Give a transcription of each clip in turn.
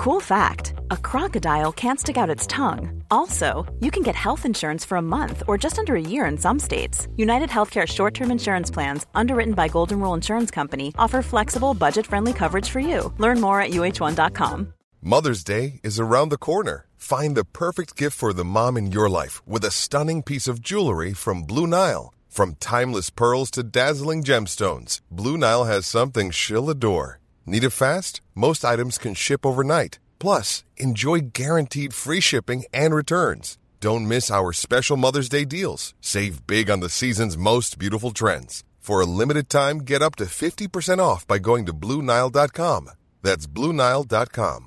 Cool fact, a crocodile can't stick out its tongue. Also, you can get health insurance for a month or just under a year in some states. United Healthcare short-term insurance plans, underwritten by Golden Rule Insurance Company, offer flexible, budget-friendly coverage for you. Learn more at uh1.com. Mother's Day is around the corner. Find the perfect gift for the mom in your life with a stunning piece of jewelry from Blue Nile. From timeless pearls to dazzling gemstones, Blue Nile has something she'll adore. Need it fast? Most items can ship overnight. Plus, enjoy guaranteed free shipping and returns. Don't miss our special Mother's Day deals. Save big on the season's most beautiful trends. For a limited time, get up to 50% off by going to BlueNile.com. That's BlueNile.com.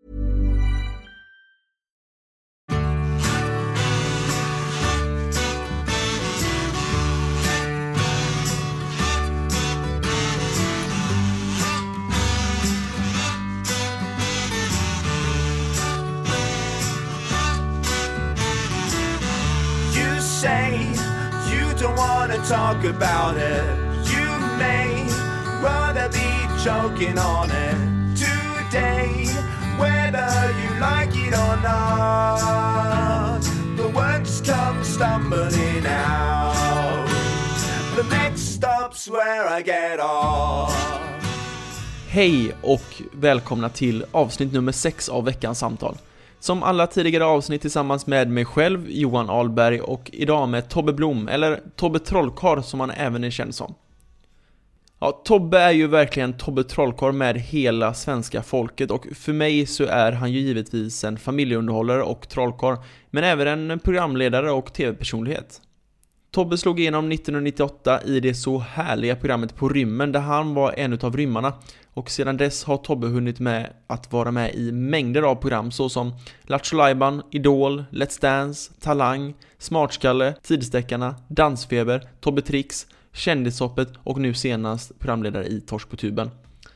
Say you don't want to talk about it. You may rather be choking on it today, whether you like it or not. The words come stumbling out. The next stop's where I get off. Hej och välkomna till avsnitt nummer 6 av veckans samtal. Som alla tidigare avsnitt tillsammans med mig själv, Johan Ahlberg, och idag med Tobbe Blom, eller Tobbe Trollkarl som han även är känd som. Ja, Tobbe är ju verkligen Tobbe Trollkarl med hela svenska folket, och för mig så är han ju givetvis en familjeunderhållare och trollkarl, men även en programledare och tv-personlighet. Tobbe slog igenom 1998 i det så härliga programmet På rymmen, där han var en utav rymmarna. Och sedan dess har Tobbe hunnit med att vara med i mängder av program såsom Lattjo Lajban, Idol, Let's Dance, Talang, Smartskalle, Tidsteckarna, Dansfeber, Tobbe Tricks, Kändishoppet och nu senast programledare i Torsk på tuben.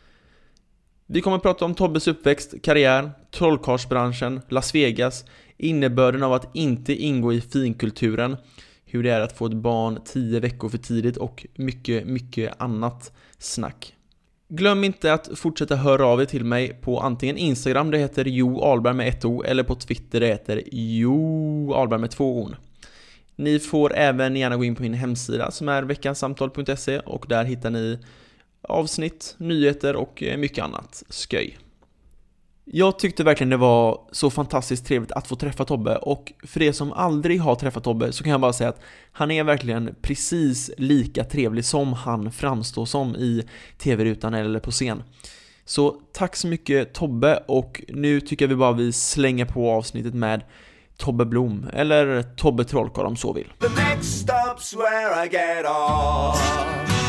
Vi kommer att prata om Tobbes uppväxt, karriär, trollkarlsbranschen, Las Vegas, innebörden av att inte ingå i finkulturen, hur det är att få ett barn 10 veckor för tidigt och mycket, mycket annat snack. Glöm inte att fortsätta höra av er till mig på antingen Instagram, det heter Jo Ahlberg med 1 O, eller på Twitter, det heter Jo Ahlberg med 2 O. Ni får även gärna gå in på min hemsida som är veckansamtal.se, och där hittar ni avsnitt, nyheter och mycket annat sköj. Jag tyckte verkligen det var så fantastiskt trevligt att få träffa Tobbe, och för er som aldrig har träffat Tobbe så kan jag bara säga att han är verkligen precis lika trevlig som han framstår som i tv-rutan eller på scen. Så tack så mycket Tobbe, och nu tycker vi bara vi slänger på avsnittet med Tobbe Blom, eller Tobbe Trollkarl om så vill. The next stop's where I get off.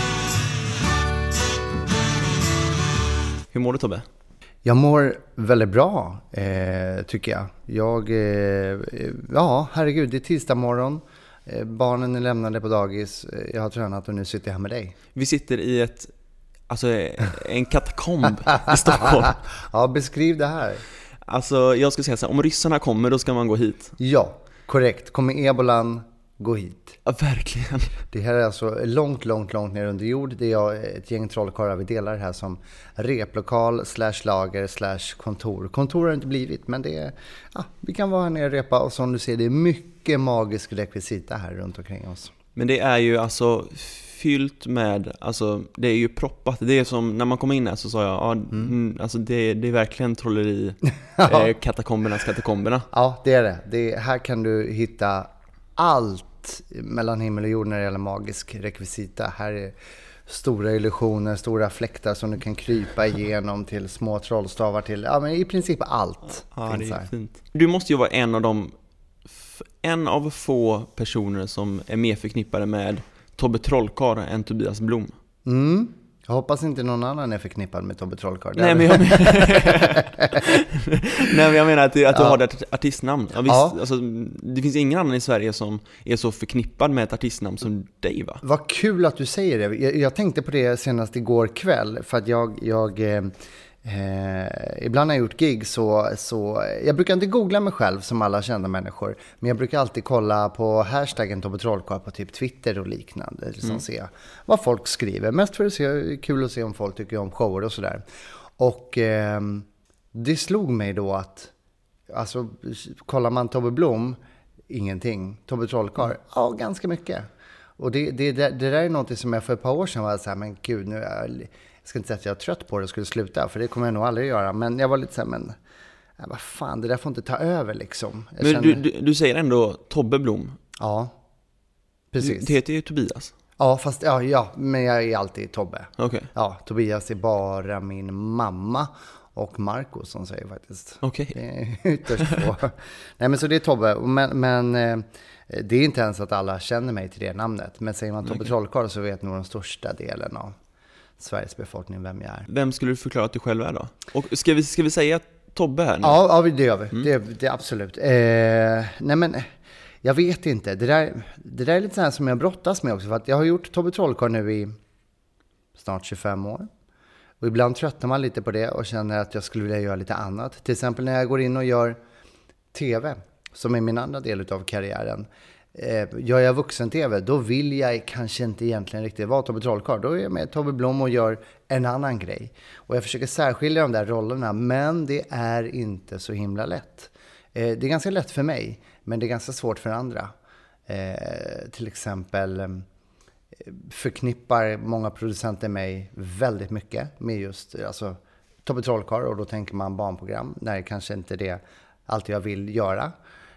Hur mår du, Tobbe? Jag mår väldigt bra, tycker jag. Ja, herregud, det är tisdag morgon. Barnen är lämnade på dagis. Jag har tränat och nu sitter jag här med dig. Vi sitter i en katakomb i Stockholm. Ja, beskriv det här. Alltså, jag ska säga så här, om ryssarna kommer då ska man gå hit. Ja, korrekt. Kommer ebolan, gå hit. Ja, verkligen. Det här är alltså långt ner under jord. Det är ett gäng trollkarlar vi delar här som replokal /lager /kontor. Kontor har det inte blivit, men det är, vi kan vara här nere och repa, och som du ser, det är mycket magisk rekvisita här runt omkring oss. Men det är ju alltså fyllt med, alltså det är ju proppat. Det är som när man kom in här så sa jag, alltså det är verkligen trolleri, katakomberna. Ja, det är det. Här kan du hitta allt mellan himmel och jord när det gäller magisk rekvisita. Här är stora illusioner, stora fläktar som du kan krypa igenom, till små trollstavar, till men i princip allt finns det är här. Fint. Du måste ju vara en av få personer som är mer förknippade med Tobbe Trollkarl än Tobias Blom. Jag hoppas inte någon annan är förknippad med Tobbe Trollkarl. Nej, men jag menar att du har ett artistnamn. Ja, visst, alltså, det finns ingen annan i Sverige som är så förknippad med ett artistnamn som dig, va? Vad kul att du säger det. Jag tänkte på det senast igår kväll, för att jag ibland har jag gjort gig så jag brukar inte googla mig själv som alla kända människor, men jag brukar alltid kolla på hashtaggen Tobbe Trollkarl på typ Twitter och liknande, liksom se vad folk skriver, mest för att se, kul att se om folk tycker om shower och sådär. Och det slog mig då att, alltså kollar man Tobbe Blom, ingenting. Tobbe Trollkarl, ja ganska mycket. Och det där är något som jag för ett par år sedan var så här, men gud, nu jag ska inte säga att jag är trött på det och skulle sluta, för det kommer jag nog aldrig göra. Men jag var lite så här, men vad fan, det där får inte ta över liksom. Men du säger ändå Tobbe Blom. Ja, precis. Det heter ju Tobias. Ja, fast ja, men jag är alltid Tobbe. Okay. Ja, Tobias är bara min mamma och Marco som säger faktiskt. Okay. Det är ytterst få. Nej, men så det är Tobbe. Men det är inte ens att alla känner mig till det namnet. Men säger man Tobbe Trollkarl så vet nog den största delen av Sveriges befolkning vem jag är. Vem skulle du förklara att du själv är då? Och ska vi säga Tobbe här nu? Ja, det gör vi. Det är absolut. Nej, men jag vet inte. Det där är lite så här som jag brottas med också. För att jag har gjort Tobbe Trollkarl nu i snart 25 år. Och ibland tröttnar man lite på det och känner att jag skulle vilja göra lite annat. Till exempel när jag går in och gör tv, som är min andra del av karriären. Gör jag vuxen-tv, då vill jag kanske inte egentligen riktigt vara Tobbe Trollkarl. Då är jag med Tobbe Blom och gör en annan grej. Och jag försöker särskilja de där rollerna, men det är inte så himla lätt. Det är ganska lätt för mig, men det är ganska svårt för andra. Till exempel förknippar många producenter mig väldigt mycket med just Tobbe Trollkarl, och då tänker man barnprogram när det kanske inte är det allt jag vill göra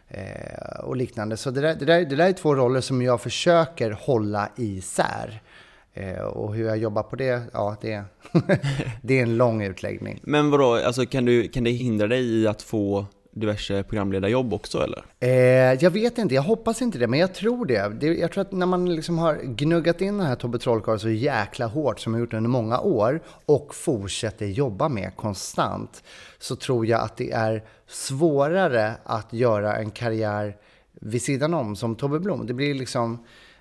och liknande. Så det där är två roller som jag försöker hålla isär. Och hur jag jobbar på det, ja, det är en lång utläggning. Men vadå, alltså kan det hindra dig i att få diverse programledarjobb också, eller? Jag vet inte, jag hoppas inte det, men jag tror det. Jag tror att när man liksom har gnuggat in den här Tobbe Trollkarl så jäkla hårt som jag gjort under många år och fortsätter jobba med konstant, så tror jag att det är svårare att göra en karriär vid sidan om som Tobbe Blom. Det blir liksom,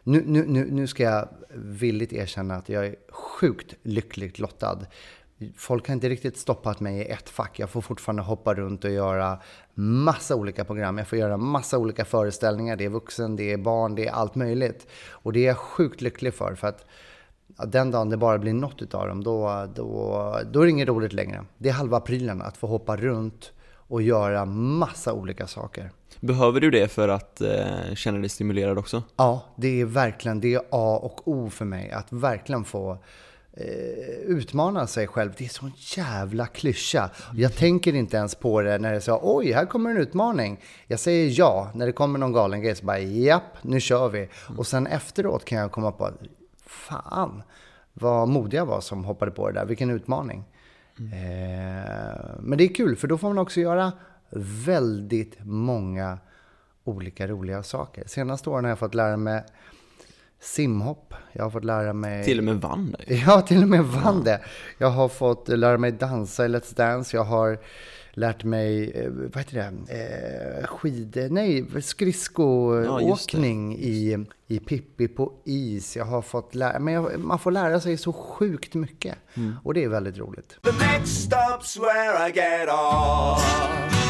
nu ska jag villigt erkänna att jag är sjukt lyckligt lottad. Folk har inte riktigt stoppat mig i ett fack. Jag får fortfarande hoppa runt och göra massa olika program. Jag får göra massa olika föreställningar. Det är vuxen, det är barn, det är allt möjligt. Och det är jag sjukt lycklig för att den dagen det bara blir något utav dem, då är det inget roligt längre. Det är halva prylen att få hoppa runt och göra massa olika saker. Behöver du det för att känna dig stimulerad också? Ja, det är A och O för mig. Att verkligen få utmana sig själv. Det är sån jävla klyscha. Jag tänker inte ens på det när det säger oj, här kommer en utmaning. Jag säger ja när det kommer någon galen grej, så bara japp, nu kör vi. Och sen efteråt kan jag komma på att fan, vad modig jag var som hoppade på det där. Vilken utmaning. Men det är kul, för då får man också göra väldigt många olika roliga saker. Senaste åren har jag fått lära mig simhopp. Jag har fått lära mig... Till och med vann det? Ja, till och med vann det. Jag har fått lära mig dansa i Let's Dance. Jag har lärt mig, skridskoåkning i Pippi på is. Jag har fått lära mig, man får lära sig så sjukt mycket. Och det är väldigt roligt. The next stop's where I get off.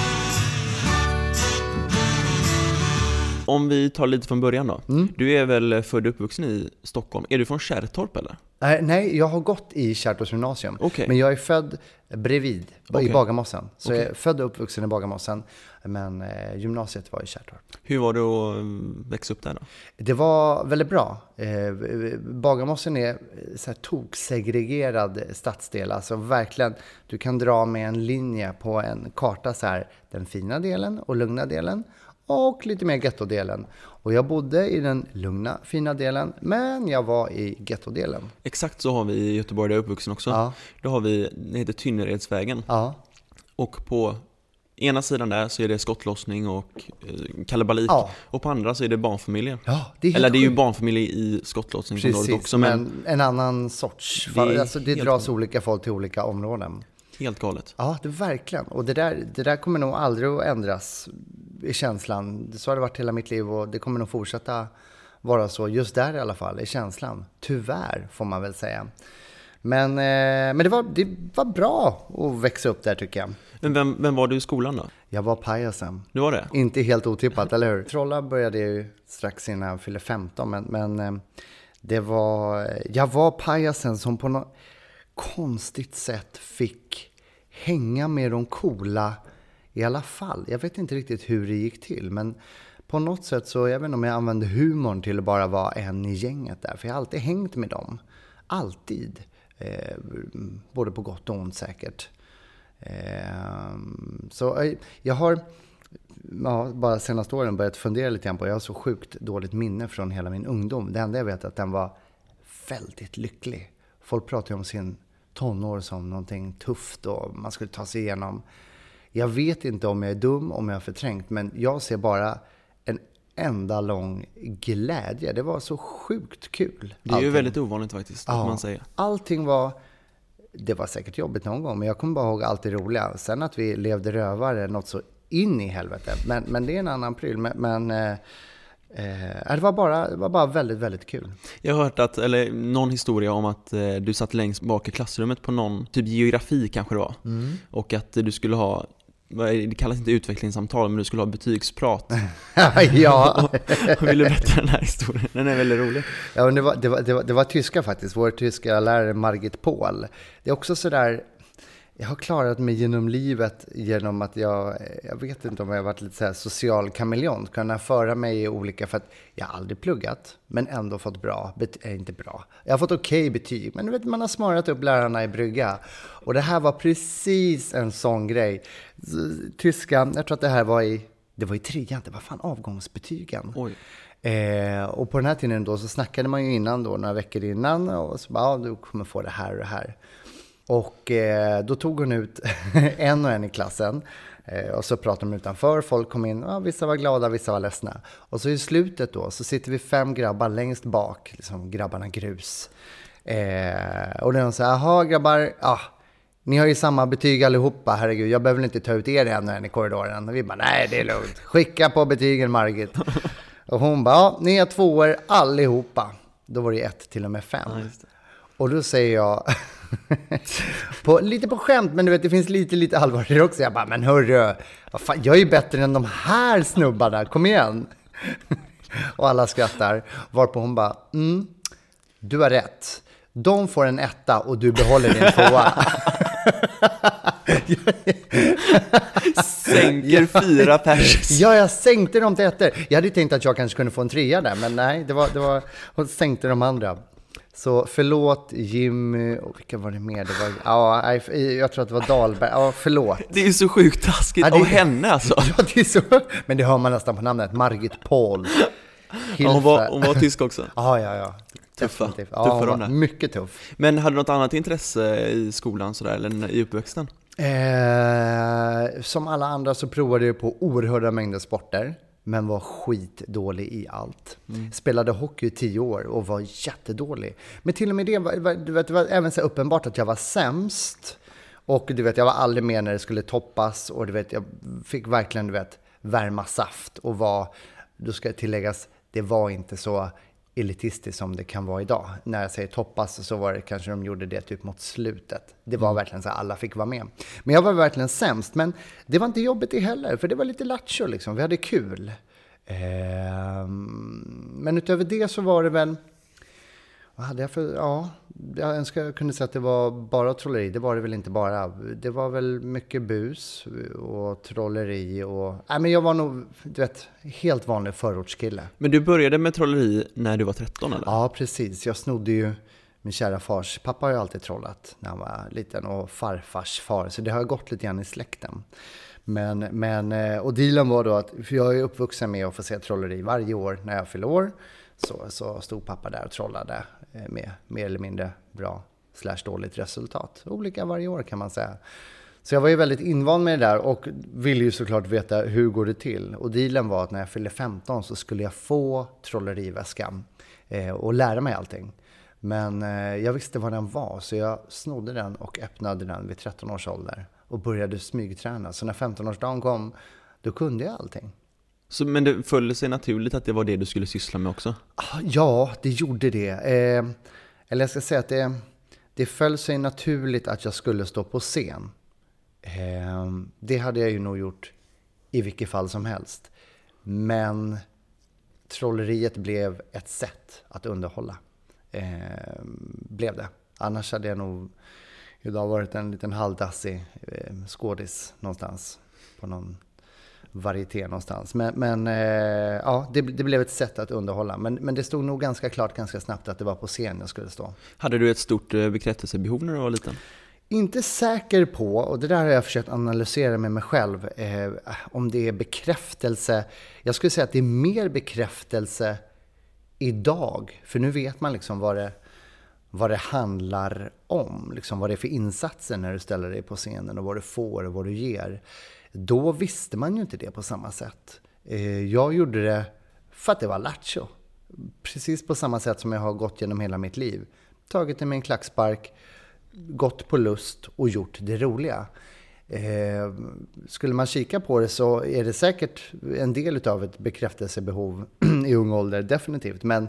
Om vi tar lite från början då. Du är väl född och uppvuxen i Stockholm. Är du från Kärrtorp eller? Nej, jag har gått i Kärrtorps gymnasium. Okay. Men jag är född bredvid, i Bagarmossen. Så jag är född och uppvuxen i Bagarmossen. Men gymnasiet var i Kärrtorp. Hur var det att växa upp där då? Det var väldigt bra. Bagarmossen är så här toksegregerad stadsdel. Alltså verkligen, du kan dra med en linje på en karta så här, den fina delen och lugna delen. Och lite mer gettodelen. Och jag bodde i den lugna, fina delen, men jag var i gettodelen. Exakt så har vi i Göteborg, där jag är uppvuxen också. Ja. Då har vi, det heter Tynneredsvägen. Ja. Och på ena sidan där så är det skottlossning och kalabalik. Ja. Och på andra så är det barnfamiljer. Ja, det är eller det är ju barnfamiljer i skottlossningsområdet också. Men en annan sorts. Det dras olika folk till olika områden. Helt galet. Ja, det är verkligen. Och det där kommer nog aldrig att ändras i känslan. Så har det varit hela mitt liv och det kommer nog fortsätta vara så. Just där i alla fall, i känslan. Tyvärr, får man väl säga. Men det var bra att växa upp där, tycker jag. Men vem var du i skolan då? Jag var pajasen. Du var det? Inte helt otippat, eller hur? Trolla började ju strax innan jag fyllde 15. Men jag var pajasen som på något konstigt sätt fick hänga med de coola i alla fall. Jag vet inte riktigt hur det gick till, men på något sätt så, jag vet inte om jag använde humorn till att bara vara en i gänget där. För jag har alltid hängt med dem. Alltid. Både på gott och ont säkert. Så jag har bara senaste åren börjat fundera lite grann på. Jag har så sjukt dåligt minne från hela min ungdom. Det enda jag vet är att den var väldigt lycklig. Folk pratar ju om sin tonår som någonting tufft och man skulle ta sig igenom. Jag vet inte om jag är dum, om jag har förträngt, men jag ser bara en enda lång glädje. Det var så sjukt kul. Det är ju väldigt ovanligt faktiskt, att man säger. Allting var... Det var säkert jobbigt någon gång, men jag kommer bara ihåg allt det roliga. Sen att vi levde rövare, något så in i helvete. Men det är en annan pryl. Det var bara väldigt, väldigt kul. Jag har hört någon historia om att du satt längst bak i klassrummet på någon, typ geografi kanske det var. Och att du skulle ha, det kallas inte utvecklingssamtal, men du skulle ha betygsprat. Ja. Vill du berätta den här historien? Den är väldigt rolig. Ja, men det var tyska faktiskt. Vår tyska lärare Margit Paul. Det är också sådär... Jag har klarat mig genom livet genom att jag vet inte om jag har varit lite så här social kameleont. Kunna föra mig i olika, för att jag har aldrig pluggat, men ändå fått inte bra. Jag har fått okej betyg, men du vet, man har smarat upp lärarna i brygga. Och det här var precis en sån grej. Tyska, jag tror att det här var i 3:an, det var fan avgångsbetygen. Oj. Och på den här tiden då så snackade man ju innan då, några veckor innan, och så bara, du kommer få det här och det här. Och då tog hon ut en och en i klassen och så pratade de utanför, folk kom in, vissa var glada, vissa var ledsna. Och så i slutet då så sitter vi 5 grabbar längst bak, liksom grabbarna grus. Och de säger, jaha grabbar, ni har ju samma betyg allihopa, herregud, jag behöver inte ta ut er en och en i korridoren. Och vi bara, nej det är lugnt, skicka på betygen Margit. Och hon bara, ni är 2:or allihopa. Då var det 1 till och med 5. Ja, just det. Och då säger jag, lite på skämt, men du vet, det finns lite allvar i det också. Jag bara, men hörru, vad fan, jag är ju bättre än de här snubbarna, kom igen. Och alla skrattar, varpå hon bara, du har rätt. De får en 1 och du behåller din 2. Sänker 4 pers. Ja, jag sänkte dem till 1. Jag hade tänkt att jag kanske kunde få en 3 där, men nej, det var hon sänkte de andra. Så förlåt Jimmy, och vilka var det mer? Det var, jag tror att det var Dahlberg. Ja, förlåt. Det är ju så sjukt taskigt av henne alltså. Ja, det är så. Men det hör man nästan på namnet. Margit Paul. Hon var tysk också. Ja. Tuffa de där. Mycket tuff. Men hade du något annat intresse i skolan sådär, eller i uppväxten? Som alla andra så provade jag på oerhörda mängder sporter. Men var skitdålig i allt. Spelade hockey i 10 år och var jättedålig. Men till och med det var även så uppenbart att jag var sämst. Och du vet, jag var aldrig med när det skulle toppas. Och du vet, jag fick verkligen värma saft. Och då ska tilläggas, det var inte så elitistiskt som det kan vara idag. När jag säger toppas så var det kanske de gjorde det typ mot slutet. Det var verkligen så att alla fick vara med. Men jag var verkligen sämst. Men det var inte jobbigt det heller. För det var lite lattjo liksom. Vi hade kul. Men utöver det så var det väl... Vad hade jag för... Ja, jag önskar jag kunde säga att det var bara trolleri. Det var det väl inte bara. Det var väl mycket bus och trolleri och... Nej, men jag var nog, du vet, helt vanlig förortskille. Men du började med trolleri när du var 13 eller? Ja, precis. Jag snodde ju min kära fars... Pappa har ju alltid trollat när han var liten och farfars far. Så det har gått lite grann i släkten. Men och dealen var då att... För jag är uppvuxen med att få se trolleri varje år när jag fyller år. Så stod pappa där och trollade med mer eller mindre bra / dåligt resultat. Olika varje år kan man säga. Så jag var ju väldigt invand med det där och ville ju såklart veta hur går det till. Och dealen var att när jag fyllde 15 så skulle jag få trolleriväskan och lära mig allting. Men jag visste vad den var så jag snodde den och öppnade den vid 13 års ålder. Och började smygträna. Så när 15-årsdagen kom, då kunde jag allting. Men det följde sig naturligt att det var det du skulle syssla med också? Ja, det gjorde det. Eller jag ska säga att det föll sig naturligt att jag skulle stå på scen. Det hade jag ju nog gjort i vilket fall som helst. Men trolleriet blev ett sätt att underhålla. Blev det. Annars hade jag nog idag varit en liten halvdassig skådis någonstans på någon varieté någonstans. Men ja, det blev ett sätt att underhålla. Men det stod nog ganska klart ganska snabbt att det var på scen jag skulle stå. Hade du ett stort bekräftelsebehov när du var liten? Inte säker på, och det där har jag försökt analysera med mig själv, om det är bekräftelse. Jag skulle säga att det är mer bekräftelse idag. För nu vet man liksom vad det handlar om. Liksom vad det är för insatser när du ställer dig på scenen och vad du får och vad du ger. Då visste man ju inte det på samma sätt. Jag gjorde det för att det var lattjo. Precis på samma sätt som jag har gått genom hela mitt liv. Tagit det med en klackspark, gått på lust och gjort det roliga. Skulle man kika på det så är det säkert en del av ett bekräftelsebehov i ung ålder, definitivt. Men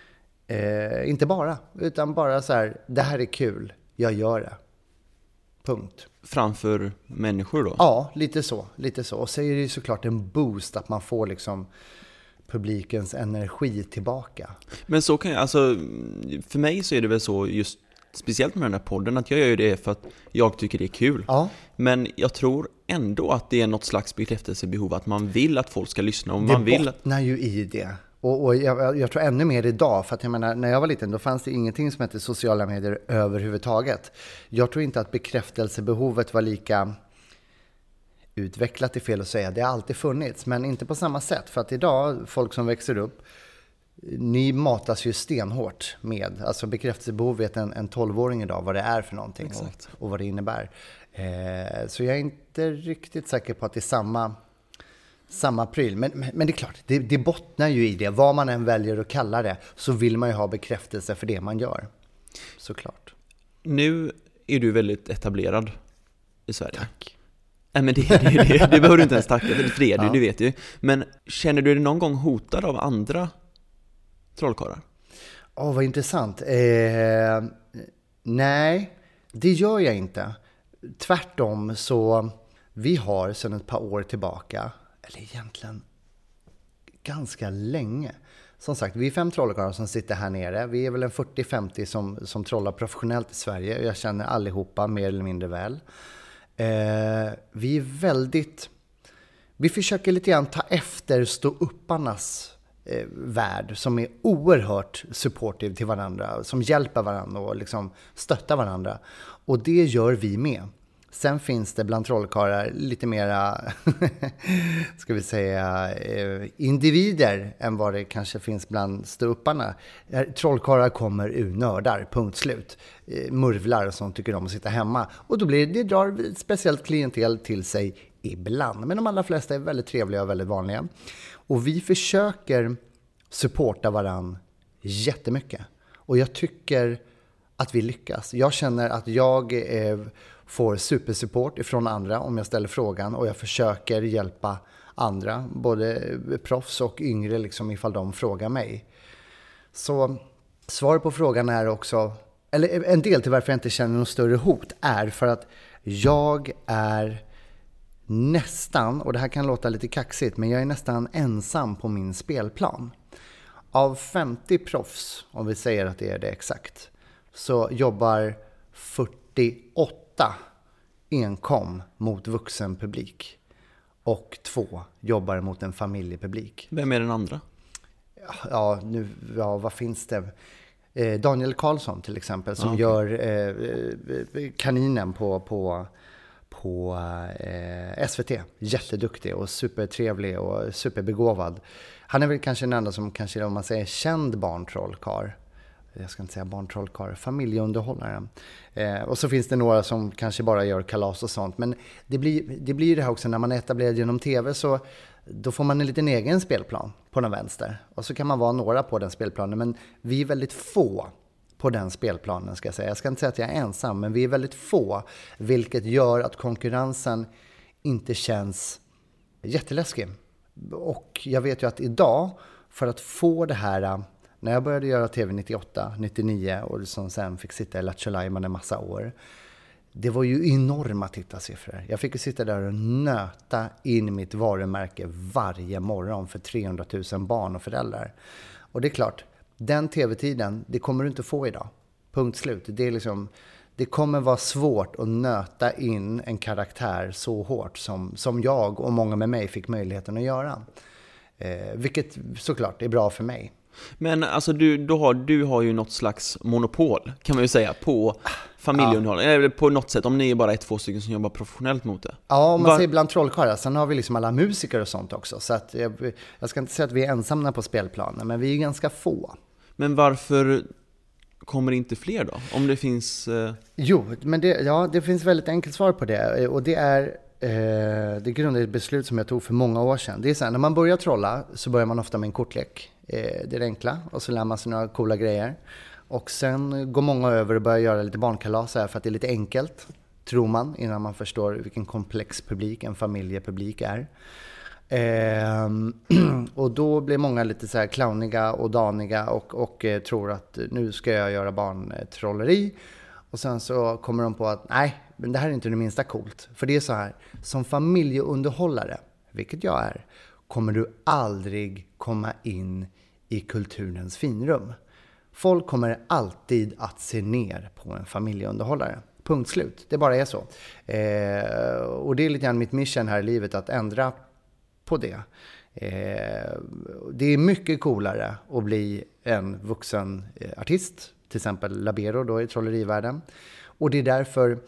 inte bara, utan bara så här, det här är kul, jag gör det. Punkt. Framför människor då? Ja, lite så. Och så är det ju såklart en boost att man får liksom publikens energi tillbaka. Men så kan jag, alltså för mig så är det väl så just speciellt med den här podden att jag gör det för att jag tycker det är kul. Ja. Men jag tror ändå att det är något slags bekräftelsebehov att man vill att folk ska lyssna och det man vill bottnar ju i det. Och jag tror ännu mer idag, för att jag menar, när jag var liten då fanns det ingenting som hette sociala medier överhuvudtaget. Jag tror inte att bekräftelsebehovet var lika utvecklat, är fel att säga. Det har alltid funnits, men inte på samma sätt. För att idag, folk som växer upp, ni matas ju stenhårt med, alltså bekräftelsebehov vet en 12-åring idag vad det är för någonting och vad det innebär. Så jag är inte riktigt säker på att det är samma pryl. Men det är klart, det bottnar ju i det. Vad man än väljer att kalla det så vill man ju ha bekräftelse för det man gör. Såklart. Nu är du väldigt etablerad i Sverige. Tack. Nej, men det behöver du inte ens tacka för det, du vet ju. Men känner du dig någon gång hotad av andra trollkarlar? Vad intressant. Nej, det gör jag inte. Tvärtom så vi har sedan ett par år tillbaka, eller egentligen ganska länge. Som sagt, vi är 5 trollkarlar som sitter här nere. Vi är väl en 40-50 som trollar professionellt i Sverige. Och jag känner allihopa mer eller mindre väl. Vi är väldigt... Vi försöker lite grann ta efter ståupparnas värld som är oerhört supportive till varandra, som hjälper varandra och liksom stöttar varandra. Och det gör vi med. Sen finns det bland trollkarlar lite mera ska vi säga individer än vad det kanske finns bland ståupparna. Trollkarlar kommer ur nördar, punkt slut. Murvlar som tycker om att sitta hemma. Och då blir det drar ett speciellt klientel till sig ibland. Men de allra flesta är väldigt trevliga och väldigt vanliga. Och vi försöker supporta varann jättemycket. Och jag tycker att vi lyckas. Jag känner att jag får supersupport ifrån andra om jag ställer frågan. Och jag försöker hjälpa andra, både proffs och yngre, liksom, ifall de frågar mig. Så svar på frågan är också, eller en del till varför jag inte känner något större hot är för att jag är nästan, och det här kan låta lite kaxigt, men jag är nästan ensam på min spelplan. Av 50 proffs, om vi säger att det är det exakt, så jobbar 48 enkom mot vuxen publik och 2 jobbar mot en familjepublik. Vem är den andra? Vad finns det? Daniel Karlsson till exempel som gör kaninen på SVT. Jätteduktig och supertrevlig och superbegåvad. Han är väl kanske den enda som kanske, om man säger, känd barntrollkarl. Jag ska inte säga barntrollkarl, familjeunderhållare. Och så finns det några som kanske bara gör kalas och sånt. Men det blir det här också när man är etablerad genom tv, så då får man en liten egen spelplan på den vänster. Och så kan man vara några på den spelplanen, men vi är väldigt få på den spelplanen, ska jag säga. Jag ska inte säga att jag är ensam, men vi är väldigt få, vilket gör att konkurrensen inte känns jätteläskig. Och jag vet ju att idag, för att få det här, när jag började göra tv 98, 99 och som sen fick sitta i Lattjo Lajban en massa år, det var ju enorma tittarsiffror. Jag fick ju sitta där och nöta in mitt varumärke varje morgon för 300 000 barn och föräldrar. Och det är klart, den tv-tiden, det kommer du inte få idag. Punkt slut. Det är liksom, det kommer vara svårt att nöta in en karaktär så hårt som jag och många med mig fick möjligheten att göra. Vilket såklart är bra för mig. Men alltså du har ju något slags monopol, kan man ju säga, på familjeunderhållning. Eller på något sätt, om ni är bara 2 stycken som jobbar professionellt mot det. Ja, om man säger bland trollkarlar. Sen har vi liksom alla musiker och sånt också. Så att jag ska inte säga att vi är ensamma på spelplanen, men vi är ganska få. Men varför kommer det inte fler då? Om det finns... Jo, men det finns väldigt enkelt svar på det. Och det är... Det grundade ett beslut som jag tog för många år sedan. Det är så här, när man börjar trolla så börjar man ofta med en kortlek. Det är det enkla. Och så lär man sig några coola grejer. Och sen går många över och börjar göra lite barnkalas här för att det är lite enkelt, tror man, innan man förstår vilken komplex publik en familjepublik är. Och då blir många lite så här clowniga och daniga och tror att nu ska jag göra barntrolleri. Och sen så kommer de på att nej, men det här är inte det minsta coolt. För det är så här, som familjeunderhållare, vilket jag är, kommer du aldrig komma in i kulturens finrum. Folk kommer alltid att se ner på en familjeunderhållare. Punkt slut. Det bara är så. Och det är lite grann mitt mission här i livet, att ändra på det. Det är mycket coolare att bli en vuxen artist. Till exempel Labero då i trollerivärlden. Och det är därför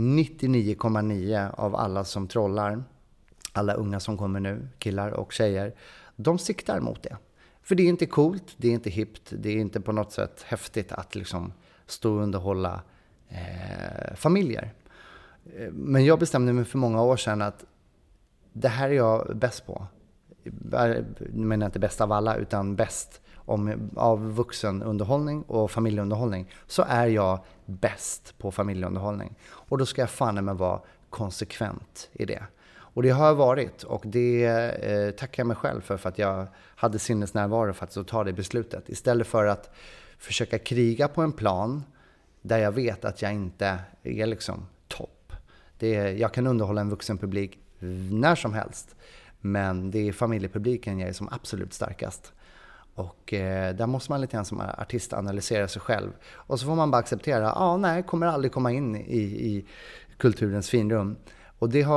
99,9 av alla som trollar, alla unga som kommer nu, killar och tjejer, de siktar mot det. För det är inte coolt, det är inte hippt, det är inte på något sätt häftigt att liksom stå och underhålla familjer. Men jag bestämde mig för många år sedan att det här är jag bäst på. Jag menar inte bäst av alla, utan bäst av vuxenunderhållning och familjeunderhållning. Så är jag bäst på familjeunderhållning. Och då ska jag fan med vara konsekvent i det. Och det har jag varit, och det tackar jag mig själv för att jag hade sinnesnärvaro för att ta det beslutet. Istället för att försöka kriga på en plan där jag vet att jag inte är liksom topp. Jag kan underhålla en vuxen publik när som helst, men det är familjepubliken jag är som absolut starkast. Och där måste man lite grann som artist analysera sig själv. Och så får man bara acceptera, nej, kommer aldrig komma in i kulturens finrum. Och det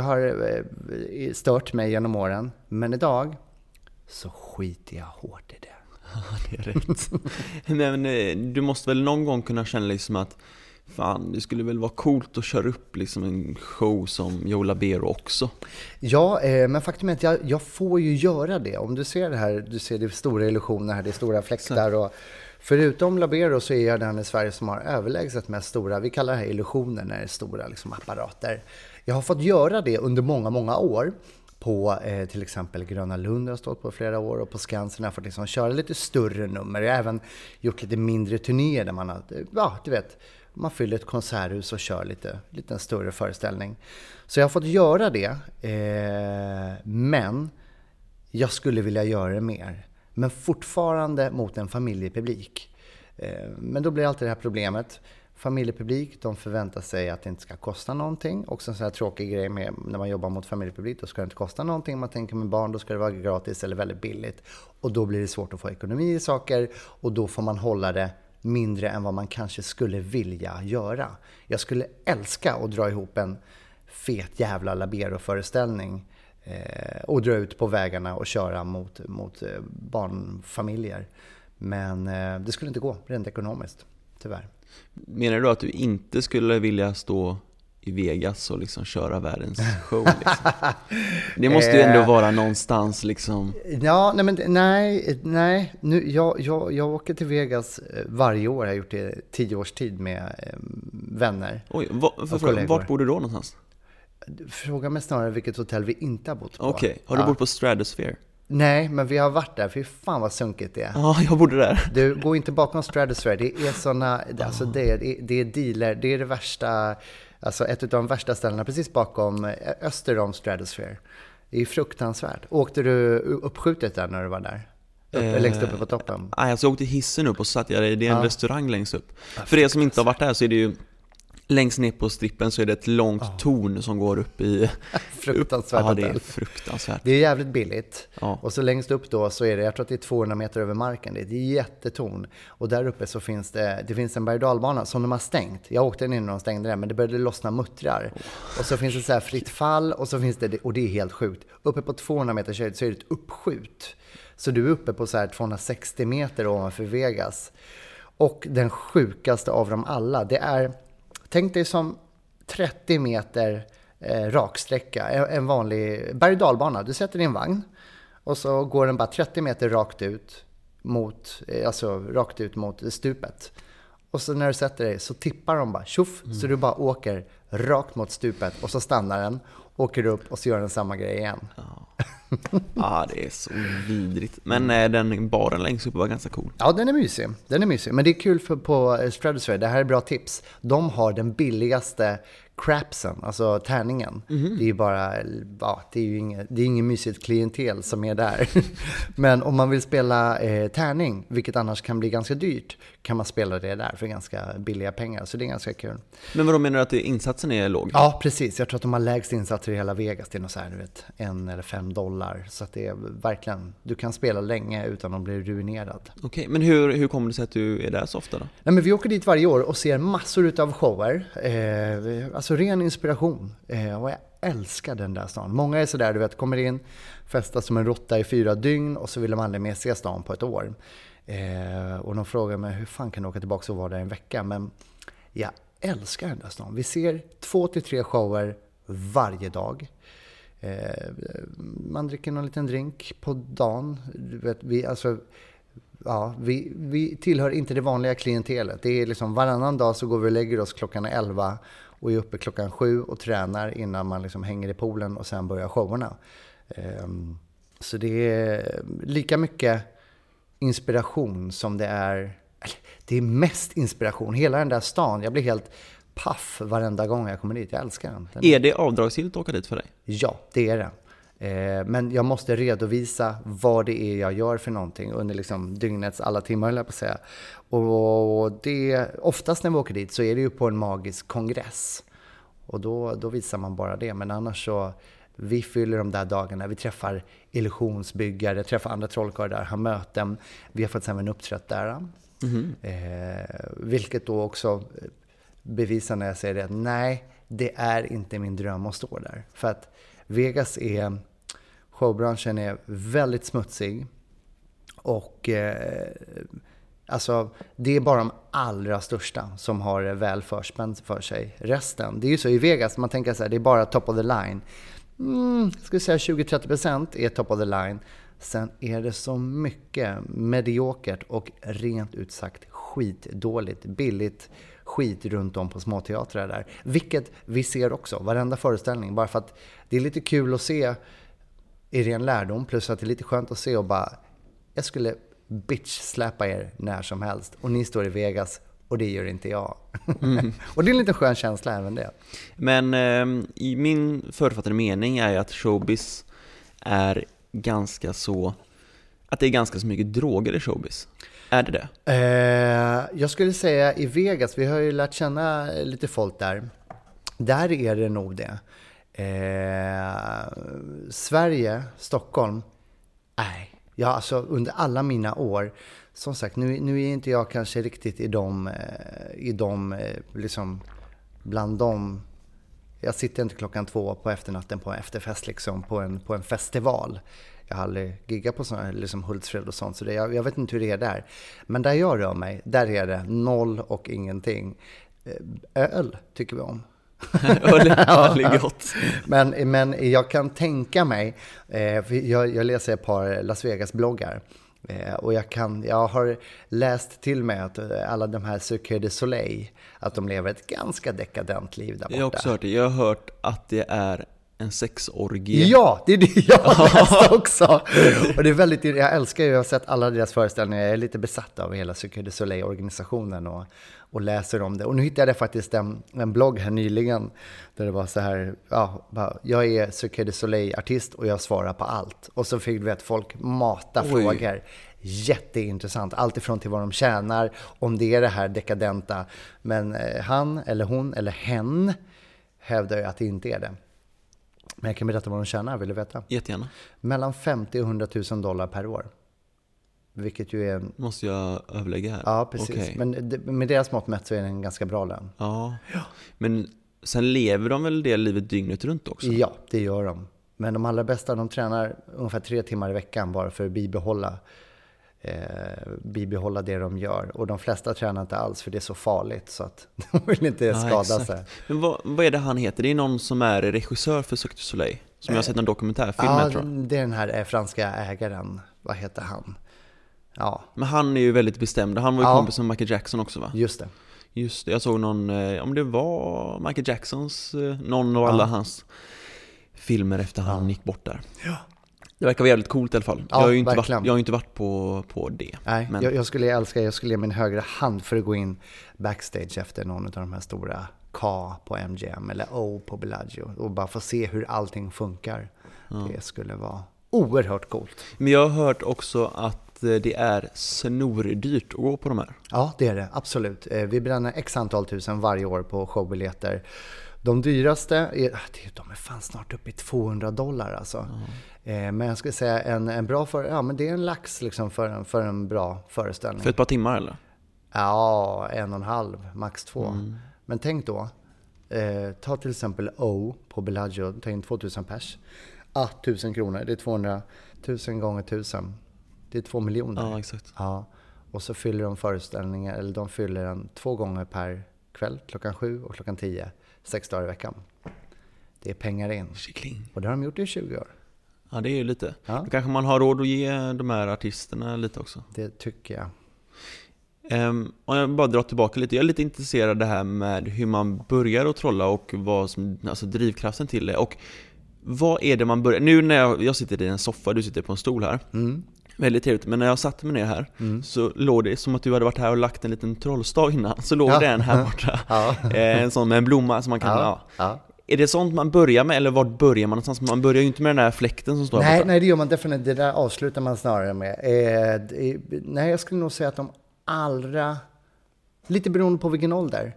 har stört mig genom åren. Men idag så skiter jag hårt i det. Ja, det är rätt. Nej, men du måste väl någon gång kunna känna liksom att fan, det skulle väl vara coolt att köra upp liksom en show som Joe Labero också. Ja, men faktum är att jag får ju göra det. Om du ser det här, du ser det stora illusioner här, det är stora fläktar. Och förutom Labero så är jag den i Sverige som har överlägset mest stora, vi kallar det här illusioner när det är stora liksom apparater. Jag har fått göra det under många, många år. På till exempel Gröna Lund har jag stått på flera år, och på Skansen har jag fått liksom köra lite större nummer. Jag har även gjort lite mindre turnéer där man har, du vet, man fyller ett konserthus och kör lite en större föreställning. Så jag har fått göra det, men jag skulle vilja göra det mer. Men fortfarande mot en familjepublik. Men då blir alltid det här problemet. Familjepublik, de förväntar sig att det inte ska kosta någonting. Och så här tråkig grej med när man jobbar mot familjepublik, då ska det inte kosta någonting. Man tänker med barn, då ska det vara gratis eller väldigt billigt. Och då blir det svårt att få ekonomi i saker, och då får man hålla det mindre än vad man kanske skulle vilja göra. Jag skulle älska att dra ihop en fet jävla Labero-föreställning och dra ut på vägarna och köra mot barnfamiljer. Men det skulle inte gå rent ekonomiskt, tyvärr. Menar du att du inte skulle vilja stå i Vegas och liksom köra världens show liksom? Det måste ju ändå vara någonstans liksom. Ja, nej. Nu, jag åker till Vegas varje år. Jag har gjort det 10 års tid med vänner. Oj, vart bor du då någonstans? Fråga mig snarare vilket hotell vi inte har bott på. Okej, har du bott på Stratosphere? Nej, men vi har varit där. Fy fan vad sunkigt det är. Ja, jag bodde där. Du går inte bakom Stratosphere. Det är såna, alltså det är dealer. Det är det värsta, alltså ett av de värsta ställena precis bakom öster om Stratosphere. Det är fruktansvärt. Åkte du uppskjutet där när du var där? Längst uppe på toppen? Nej, alltså jag åkte hissen upp och satt. Det är en restaurang längst upp. För er som inte har varit där så är det ju längst ner på strippen så är det ett långt torn som går upp i... Fruktansvärt. Ja, det är fruktansvärt. Det är jävligt billigt. Ja. Och så längst upp då så är det, jag tror att det är 200 meter över marken. Det är ett jättetorn. Och där uppe så finns det finns en berg- och dalbana som de har stängt. Jag åkte in när de stängde den, men det började lossna muttrar. Och så finns det så här fritt fall och så finns det, och det är helt sjukt. Uppe på 200 meter så är det ett uppskjut. Så du är uppe på så här 260 meter ovanför Vegas. Och den sjukaste av dem alla, det är, tänk dig som 30 meter raksträcka, en vanlig berg- och dalbana. Du sätter din vagn och så går den bara 30 meter rakt ut mot stupet. Och så när du sätter dig så tippar de bara tjoff, så du bara åker rakt mot stupet och så stannar den, åker upp och så gör den samma grej igen. Ja, det är så vidrigt. Men den baren längst upp var ganska cool. Ja, den är mysig. Men det är kul på Stratosphere, det här är bra tips. De har den billigaste crapsen, alltså tärningen. Det är bara, det är ingen mysigt klientel som är där. Men om man vill spela tärning, vilket annars kan bli ganska dyrt, kan man spela det där för ganska billiga pengar. Så det är ganska kul. Men vad menar du att insatsen är låg? Ja, precis. Jag tror att de har lägst insatser i hela Vegas. Det är något så här, $1 eller $5. Så att det är verkligen, du kan spela länge utan att bli ruinerad. Okej, men hur kommer det sig att du är där så ofta då? Nej, men vi åker dit varje år och ser massor utav shower. Alltså ren inspiration. Och jag älskar den där stan. Många är sådär, du vet, kommer in, festar som en råtta i 4 dygn och så vill de aldrig mer se stan på ett år. Och de frågar mig, hur fan kan du åka tillbaka och vara där en vecka? Men jag älskar den där stan. Vi ser 2-3 shower varje dag. Man dricker någon liten drink på dagen. Du vet, vi tillhör inte det vanliga klientelet. Det är liksom varannan dag så går vi och lägger oss klockan 11 och är uppe klockan 7 och tränar innan man liksom hänger i poolen och sen börjar showerna. Så det är lika mycket inspiration som det är mest inspiration. Hela den där stan, jag blir helt paff varenda gång jag kommer dit. Jag älskar den. Är det avdragsgillt att åka dit för dig? Ja, det är det. Men jag måste redovisa vad det är jag gör för någonting under liksom dygnets alla timmar, höll jag på att säga. Och det, oftast när vi åker dit så är det ju på en magisk kongress. Och då visar man bara det. Men annars så, vi fyller de där dagarna. Vi träffar illusionsbyggare, träffar andra trollkarlar där, har möten. Vi har fått en uppträtt där. Vilket då också bevisar när jag säger det. Nej, det är inte min dröm att stå där. För att Vegas showbranschen är väldigt smutsig. Och alltså, det är bara de allra största som har det väl förspänt för sig. Resten, det är ju så i Vegas, man tänker så här, det är bara top of the line. Ska säga 20-30% är top of the line. Sen är det så mycket mediokert och rent ut sagt skitdåligt, billigt skit runt om på småteatrar där. Vilket vi ser också, varenda föreställning. Bara för att det är lite kul att se i ren lärdom, plus att det är lite skönt att se och bara, jag skulle bitch-släppa er när som helst. Och ni står i Vegas och det gör inte jag. Och det är en lite skön känsla även det. Men i min författade mening är att showbiz är ganska så, att det är ganska så mycket droger i showbiz. Är det det? Jag skulle säga i Vegas, vi har ju lärt känna lite folk där. Där är det nog det. Sverige, Stockholm, nej. Ja, alltså under alla mina år, som sagt, nu är inte jag kanske riktigt i de liksom, bland dem. Jag sitter inte klockan 2 på efternatten på en efterfest liksom, på en festival. Jag har aldrig giggat på sådana liksom Hultsfred och sånt, så det, jag vet inte hur det är där. Men där jag rör mig, där är det 0 och ingenting. Öl tycker vi om. Öl är gott. Men jag kan tänka mig, jag läser ett par Las Vegas-bloggar. Och jag har läst till mig att alla de här Cirque du Soleil, att de lever ett ganska dekadent liv där borta. Jag har också hört det. Jag har hört att det är en sexorgie. Ja, det är det jag läste också. Och det är väldigt, jag älskar ju, jag har sett alla deras föreställningar. Jag är lite besatt av hela Cirque du Soleil-organisationen och läser om det. Och nu hittade jag faktiskt en blogg här nyligen där det var så här, jag är Cirque du Soleil-artist och jag svarar på allt. Och så fick folk mata frågor. Jätteintressant. Allt ifrån till vad de tjänar, om det är det här dekadenta. Men han eller hon eller hen hävdar ju att det inte är det. Men jag kan berätta vad de tjänar, vill du veta? Jättegärna. Mellan 50 och 100 000 dollar per år. Vilket ju är... Måste jag överlägga här? Ja, precis. Okay. Men med deras mått mätt så är det en ganska bra lön. Ja. Men sen lever de väl det livet dygnet runt också? Ja, det gör de. Men de allra bästa, de tränar ungefär 3 timmar i veckan bara för att bibehålla det de gör. Och de flesta tränar inte alls för det är så farligt så att de vill inte skada sig. Men vad är det han heter? Det är någon som är regissör för Cirque du Soleil som jag har sett en dokumentärfilm med, tror jag. Det är den här franska ägaren. Vad heter han? Ja. Men han är ju väldigt bestämd. Han var ju kompis med Michael Jackson också, va? Just det. Jag såg någon, om det var Michael Jacksons, någon av alla hans filmer efter han gick bort där. Ja. Det verkar vara jävligt coolt i alla fall. Ja, jag har ju inte varit på det. Nej, men jag skulle ge min högra hand för att gå in backstage efter någon av de här stora K på MGM eller O på Bellagio och bara få se hur allting funkar. Det skulle vara oerhört coolt. Men jag har hört också att det är snordyrt att gå på de här. Ja, det är det. Absolut. Vi bränner x antal tusen varje år på showbiljetter. De dyraste de är fan snart uppe i $200 alltså. Men jag skulle säga en bra men det är en lax liksom för en bra föreställning. För ett par timmar eller? Ja, 1,5, max 2. Men tänk då, ta till exempel O på Bellagio, ta in 2000 pers. 1000 kronor, det är 200 000 gånger 1000. Det är 2 miljoner. Ja, exakt. Ja. Och så fyller de föreställningar, eller de fyller den 2 gånger per kväll, klockan 7 och klockan 10, 6 dagar i veckan. Det är pengar in. Skickling. Och det har de gjort i 20 år. Ja, det är ju lite. Ja. Då kanske man har råd att ge de här artisterna lite också. Det tycker jag. Och jag bara drar tillbaka lite. Jag är lite intresserad av det här med hur man börjar att trolla och vad som, alltså drivkraften till det. Och vad är det man börjar... Nu när jag sitter i en soffa, du sitter på en stol här. Väldigt trevligt, men när jag satte mig ner här så låg det som att du hade varit här och lagt en liten trollstav innan. Så låg det en här borta. En sån med en blomma som man kan... Är det sånt man börjar med, eller vart börjar man någonstans? Man börjar ju inte med den här fläkten som står borta. Nej, det gör man definitivt. Det där avslutar man snarare med. Nej, jag skulle nog säga att de allra... Lite beroende på vilken ålder.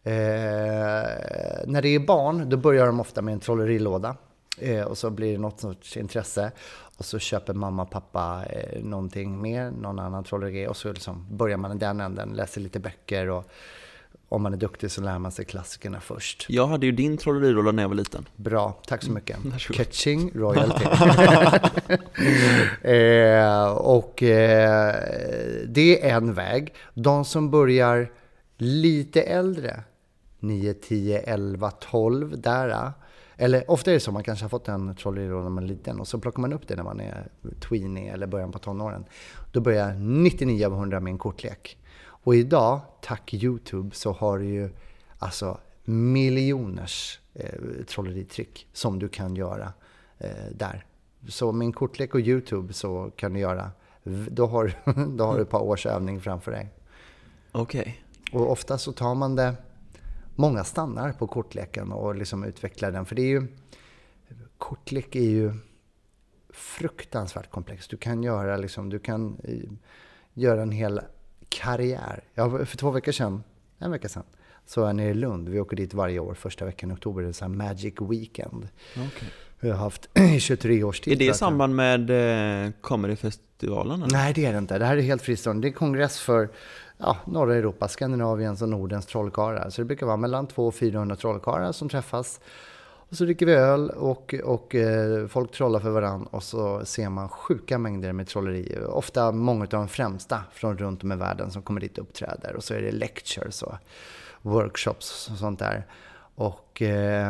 När det är barn, då börjar de ofta med en trollerilåda. Och så blir det något sorts intresse. Och så köper mamma och pappa någonting mer, någon annan trolleri. Och så liksom börjar man i den änden, läser lite böcker. Och om man är duktig så lär man sig klassikerna först. Jag hade ju din trollerirolla när jag var liten. Bra, tack så mycket. Catching royalty. Det är en väg. De som börjar lite äldre, 9, 10, 11, 12, där. Eller ofta är det så, man kanske har fått en trollerirolla när man är liten och så plockar man upp det när man är tweenie eller början på tonåren. Då börjar 99 av 100 med en kortlek. Och idag, tack YouTube, så har du ju alltså miljoners trolleritrick som du kan göra där. Så med en kortlek och YouTube så kan du göra, då har du ett par års övning framför dig. Okej. Och ofta så tar man det, många stannar på kortleken och liksom utvecklar den. För det är ju, kortlek är ju fruktansvärt komplext. Du kan göra en hel karriär. För 2 veckor sedan, en vecka sedan, så är jag nere i Lund. Vi åker dit varje år, första veckan i oktober. Det är så här Magic Weekend. Okay. Vi har haft i 23 års tid. Är det i samband med Comedyfestivalen? Nej, det är det inte. Det här är helt fristående. Det är kongress för norra Europa, Skandinaviens och Nordens trollkarlar. Så det brukar vara mellan 200 och 400 trollkarlar som träffas. Och så dricker vi öl och folk trollar för varann och så ser man sjuka mängder med trolleri. Ofta många av de främsta från runt om i världen som kommer dit och uppträder. Och så är det lectures och workshops och sånt där. Och...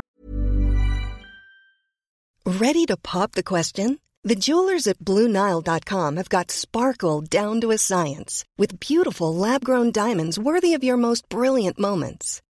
Ready to pop the question? The jewelers at BlueNile.com have got sparkle down to a science with beautiful lab-grown diamonds worthy of your most brilliant moments.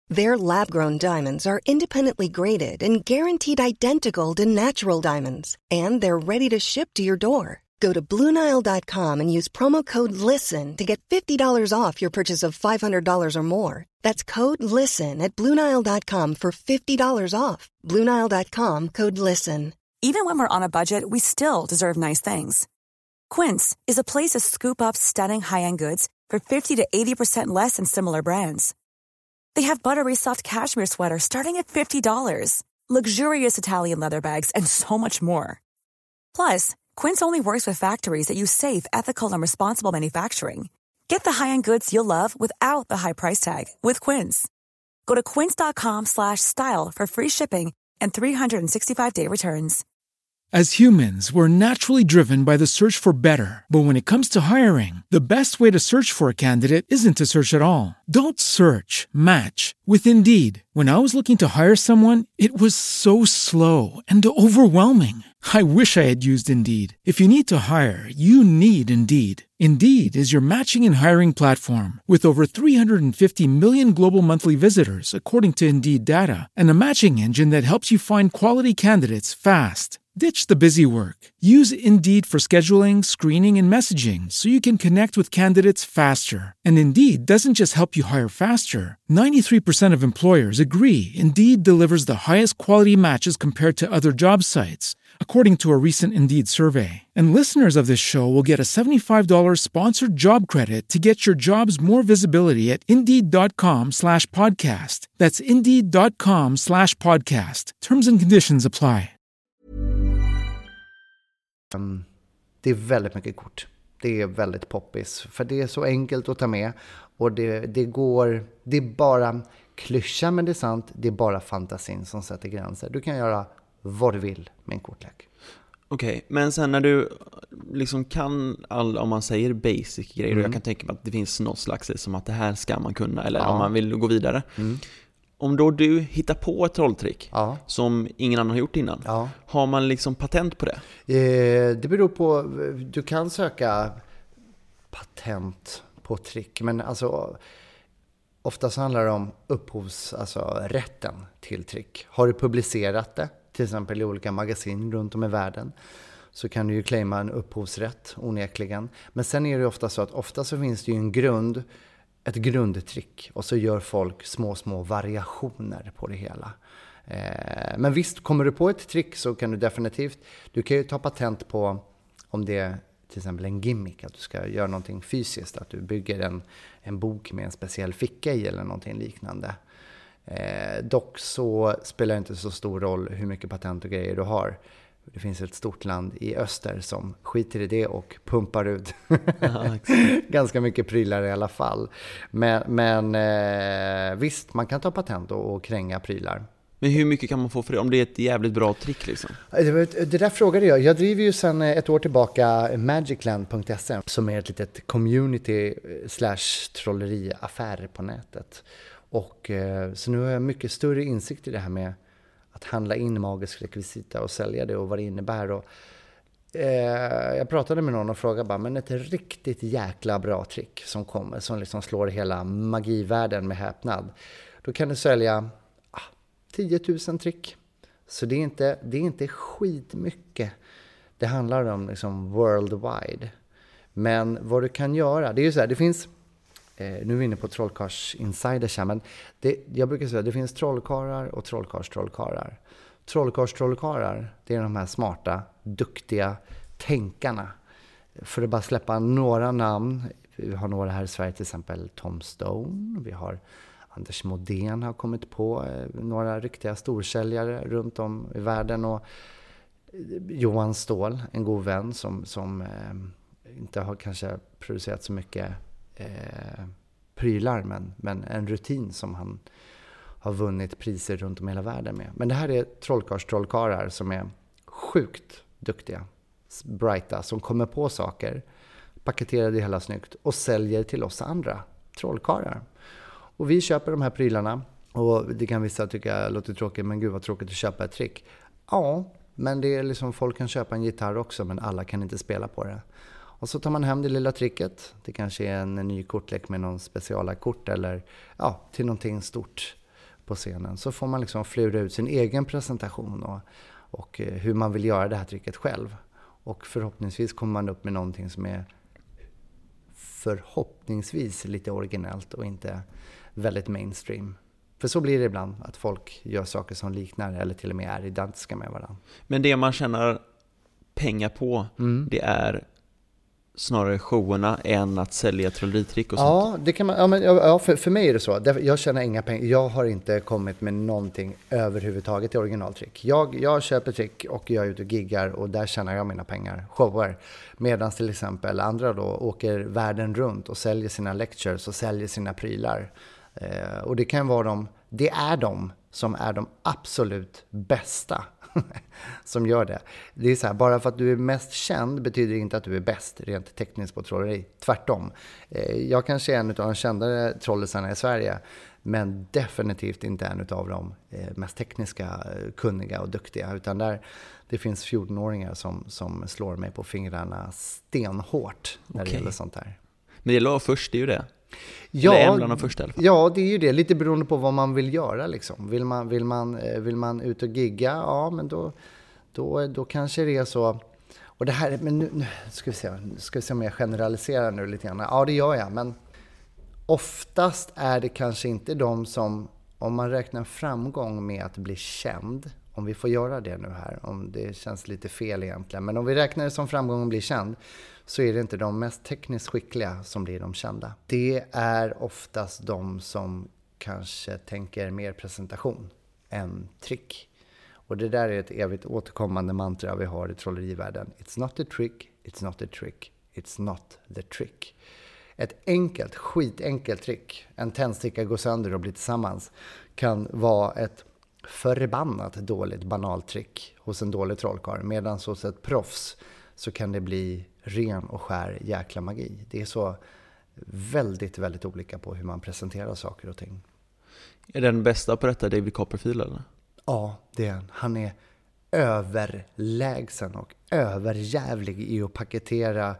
Their lab-grown diamonds are independently graded and guaranteed identical to natural diamonds. And they're ready to ship to your door. Go to BlueNile.com and use promo code LISTEN to get $50 off your purchase of $500 or more. That's code LISTEN at BlueNile.com for $50 off. BlueNile.com, code LISTEN. Even when we're on a budget, we still deserve nice things. Quince is a place to scoop up stunning high-end goods for 50 to 80% less than similar brands. They have buttery soft cashmere sweaters starting at $50, luxurious Italian leather bags, and so much more. Plus, Quince only works with factories that use safe, ethical, and responsible manufacturing. Get the high-end goods you'll love without the high price tag with Quince. Go to quince.com/style for free shipping and 365-day returns. As humans, we're naturally driven by the search for better. But when it comes to hiring, the best way to search for a candidate isn't to search at all. Don't search, match with Indeed. When I was looking to hire someone, it was so slow and overwhelming. I wish I had used Indeed. If you need to hire, you need Indeed. Indeed is your matching and hiring platform with over 350 million global monthly visitors, according to Indeed data, and a matching engine that helps you find quality candidates fast. Ditch the busy work. Use Indeed for scheduling, screening, and messaging so you can connect with candidates faster. And Indeed doesn't just help you hire faster. 93% of employers agree Indeed delivers the highest quality matches compared to other job sites, according to a recent Indeed survey. And listeners of this show will get a $75 sponsored job credit to get your jobs more visibility at Indeed.com/podcast. That's Indeed.com/podcast. Terms and conditions apply. Det är väldigt mycket kort. Det är väldigt poppis. För det är så enkelt att ta med. Och det är bara klyscha, men det är sant. Det är bara fantasin som sätter gränser. Du kan göra vad du vill med en kortlek. Okej, men sen när du liksom kan om man säger basic grejer, och jag kan tänka mig att det finns något slags som att det här ska man kunna, eller om man vill gå vidare. Om då du hittar på ett trolltrick som ingen annan har gjort innan, har man liksom patent på det? Det beror på, du kan söka patent på trick, men alltså oftast handlar det om rätten till trick. Har du publicerat det, till exempel i olika magasin runt om i världen, så kan du ju claima en upphovsrätt onekligen. Men sen är det ofta så att ofta så finns det ju ett grundtrick, och så gör folk små variationer på det hela. Men visst, kommer du på ett trick så kan du kan ju ta patent på, om det är till exempel en gimmick, att du ska göra någonting fysiskt, att du bygger en bok med en speciell ficka i eller någonting liknande. Dock så spelar det inte så stor roll hur mycket patent och grejer du har. Det finns ett stort land i öster som skiter i det och pumpar ut ganska mycket prylar i alla fall. Men visst, man kan ta patent och kränga prylar. Men hur mycket kan man få för det, om det är ett jävligt bra trick liksom? Det där frågade jag. Jag driver ju sedan ett år tillbaka magicland.se, som är ett litet community/trolleriaffär på nätet. Och så nu har jag mycket större insikt i det här med att handla in magisk rekvisita och sälja det och vad det innebär. Och, jag pratade med någon och frågade bara, men ett riktigt jäkla bra trick som kommer, som liksom slår hela magivärlden med häpnad. Då kan du sälja 10 000 trick. Så det är inte skitmycket. Det handlar om liksom worldwide. Men vad du kan göra, det är ju så här, det finns, nu är vi inne på trollkarls insiders här, men jag brukar säga att det finns trollkarlar och trollkarlar. Trollkarlar, det är de här smarta, duktiga tänkarna. För att bara släppa några namn, vi har några här i Sverige, till exempel Tom Stone, vi har Anders Modén har kommit på några riktiga storsäljare runt om i världen, och Johan Ståhl, en god vän som inte har kanske producerat så mycket prylar, men en rutin som han har vunnit priser runt om i hela världen med. Men det här är trollkarlar som är sjukt duktiga, brighta, som kommer på saker, paketerar det hela snyggt och säljer till oss andra trollkarlar. Och vi köper de här prylarna, och det kan vissa tycka låter tråkigt, men gud vad tråkigt att köpa ett trick. Ja, men det är liksom, folk kan köpa en gitarr också, men alla kan inte spela på det. Och så tar man hem det lilla tricket. Det kanske är en ny kortlek med någon speciala kort, eller till någonting stort. på scenen. Så får man liksom flura ut sin egen presentation och hur man vill göra det här tricket själv. Och förhoppningsvis kommer man upp med någonting som är förhoppningsvis lite originellt och inte väldigt mainstream. För så blir det ibland, att folk gör saker som liknar eller till och med är identiska med varandra. Men det man tjänar pengar på, det är snarare showerna än att sälja trolleritrick och sånt. Ja, det kan man, för mig är det så. Jag tjänar inga pengar. Jag har inte kommit med någonting överhuvudtaget i originaltrick. Jag köper trick och jag är ute och giggar och där tjänar jag mina pengar, shower. Medan till exempel andra då åker världen runt och säljer sina lectures och säljer sina prylar. Och det kan vara det är de som är de absolut bästa som gör det. Det är så här, bara för att du är mest känd betyder inte att du är bäst rent tekniskt på trolleri. Tvärtom. Jag kanske är en av de kändare trollisarna i Sverige, men definitivt inte en av de mest tekniska, kunniga och duktiga. Utan det finns 14-åringar som slår mig på fingrarna stenhårt när det gäller sånt här. Men det låg först, det är ju det. Ja, eller en bland de första i alla fall. Ja, det är ju det. Lite beroende på vad man vill göra liksom. Vill man ut och gigga, ja men då kanske det är så. Och det här, men nu ska vi se om jag generaliserar nu lite grann. Ja, det gör jag, men oftast är det kanske inte de som, om man räknar framgång med att bli känd, om vi får göra det nu här, om det känns lite fel egentligen, men om vi räknar det som framgång att bli känd, så är det inte de mest tekniskt skickliga som blir de kända. Det är oftast de som kanske tänker mer presentation än trick. Och det där är ett evigt återkommande mantra vi har i trollerivärlden. It's not a trick, it's not a trick, it's not the trick. Ett skitenkelt trick, en tändsticka går sönder och blir tillsammans, kan vara ett förbannat dåligt banalt trick hos en dålig trollkarl. Medan hos ett proffs så kan det bli ren och skär jäkla magi. Det är så väldigt, väldigt olika på hur man presenterar saker och ting. Är den bästa på detta David Copperfield eller? Ja, det är han. Han är överlägsen och överjävlig i att paketera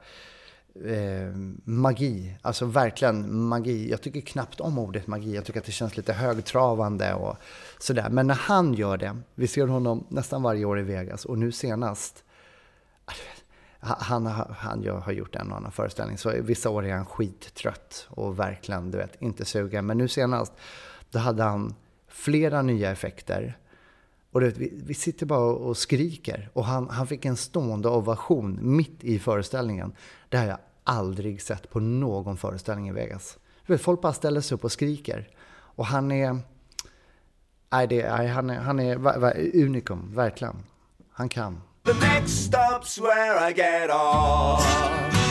magi. Alltså verkligen magi. Jag tycker knappt om ordet magi. Jag tycker att det känns lite högtravande och sådär. Men när han gör det, vi ser honom nästan varje år i Vegas och nu senast han har gjort en och annan föreställning, så vissa år är han skittrött och verkligen, inte sugen. Men nu senast, då hade han flera nya effekter. Och vi sitter bara och skriker. Och han fick en stående ovation mitt i föreställningen. Det har jag aldrig sett på någon föreställning i Vegas. Folk bara ställer sig upp och skriker. Och han är unikum, verkligen. Han kan. The next stop's where I get off.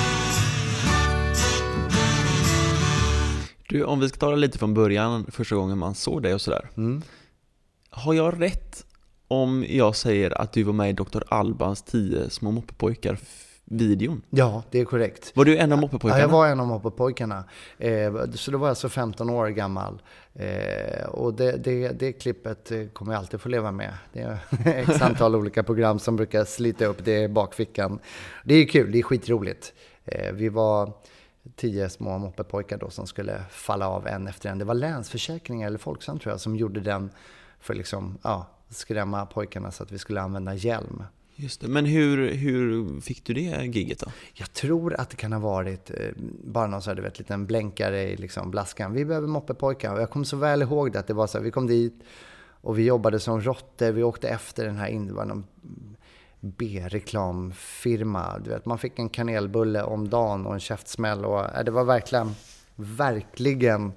Du, om vi ska ta det lite från början, första gången man såg dig och sådär. Har jag rätt om jag säger att du var med i Dr. Albans 10 små moppepojkar-videon? Ja, det är korrekt. Var du en av moppepojkarna? Ja, jag var en av moppepojkarna. Så då var jag så 15 år gammal. Och det klippet kommer jag alltid få leva med. Det är ett antal olika program som brukar slita upp det i bakfickan. Det är kul, det är skitroligt. Vi var 10 små moppepojkar då som skulle falla av en efter en. Det var Länsförsäkringar eller Folksam tror jag som gjorde den för liksom, skrämma pojkarna så att vi skulle använda hjälm. Just det. Men hur fick du det giget då? Jag tror att det kan ha varit bara någon så här, liten blänkare i liksom blaskan. Vi behöver moppepojkar. Och jag kommer så väl ihåg det att det var så här, vi kom dit och vi jobbade som råttor. Vi åkte efter den här det var någon B-reklamfirma. Du vet, man fick en kanelbulle om dagen och en käftsmäll. Och det var verkligen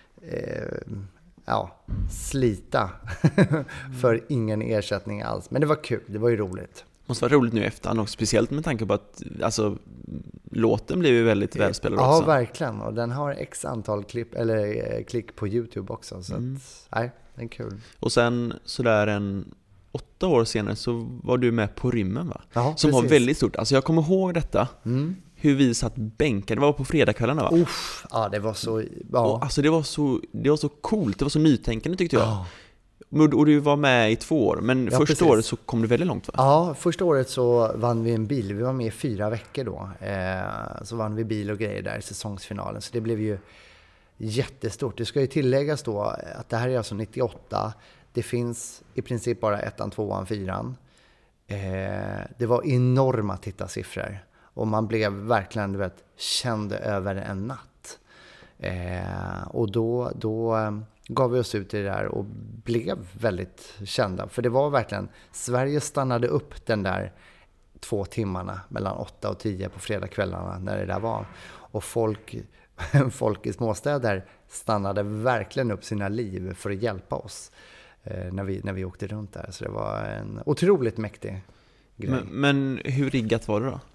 slita för ingen ersättning alls. Men det var kul, det var ju roligt. Det måste vara roligt nu efterhand också, speciellt med tanke på att låten blev ju väldigt välspelad också. Ja, verkligen. Och den har x antal klick på YouTube också. Så att, det är kul. Och sen sådär 8 år senare så var du med på Rymmen, va? Ja, som precis. var väldigt stort. Alltså jag kommer ihåg detta. Hur vi satt bänkade. Det var på fredagskvällarna, va? Ja, det var så... Ja. Och, alltså det var så coolt. Det var så nytänkande tyckte jag. Och du var med i 2 år. Men första året så kom du väldigt långt, va? Ja, första året så vann vi en bil. Vi var med i 4 veckor då. Så vann vi bil och grejer där i säsongsfinalen. Så det blev ju jättestort. Det ska ju tilläggas då att det här är alltså 98. Det finns i princip bara 1, 2, 4. Det var enorma tittarsiffror. Och man blev verkligen känd över en natt. Och då gav vi oss ut i det där och blev väldigt kända. För det var verkligen, Sverige stannade upp den där 2 timmarna mellan 8 och 10 på fredagskvällarna när det där var. Och folk i småstäder stannade verkligen upp sina liv för att hjälpa oss när vi åkte runt där. Så det var en otroligt mäktig grej. Men hur riggat var det då?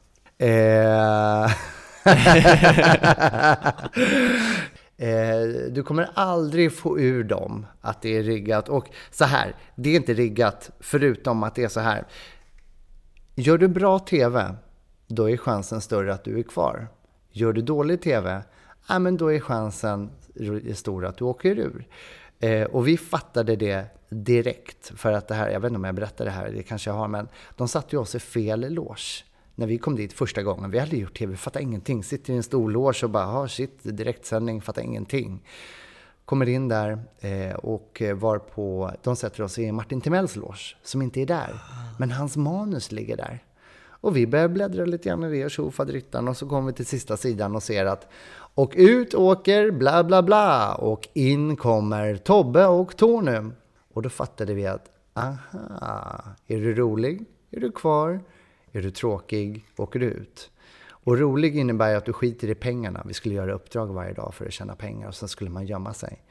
Du kommer aldrig få ur dem att det är riggat. Och så här, det är inte riggat förutom att det är så här. Gör du bra tv, då är chansen större att du är kvar. Gör du dålig tv, men då är chansen stor att du åker ur. Och vi fattade det direkt. För att det här, jag vet inte om jag berättar det här, det kanske jag har, men de satte ju oss i fel loge. När vi kom dit första gången, vi hade gjort tv, fattade ingenting. Sitter i en stor loge och bara, shit, direktsändning, fattar ingenting. Kommer in där och var på, de sätter oss i Martin Timells loge, som inte är där. Men hans manus ligger där. Och vi börjar bläddra lite grann i det och tjofaderittan, och så kommer vi till sista sidan och ser att och ut åker bla bla bla och in kommer Tobbe och Tony. Och då fattade vi att, aha, är du rolig? Är du kvar? Är du tråkig? Åker du ut? Och rolig innebär att du skiter i pengarna. Vi skulle göra uppdrag varje dag för att tjäna pengar, och sen skulle man gömma sig.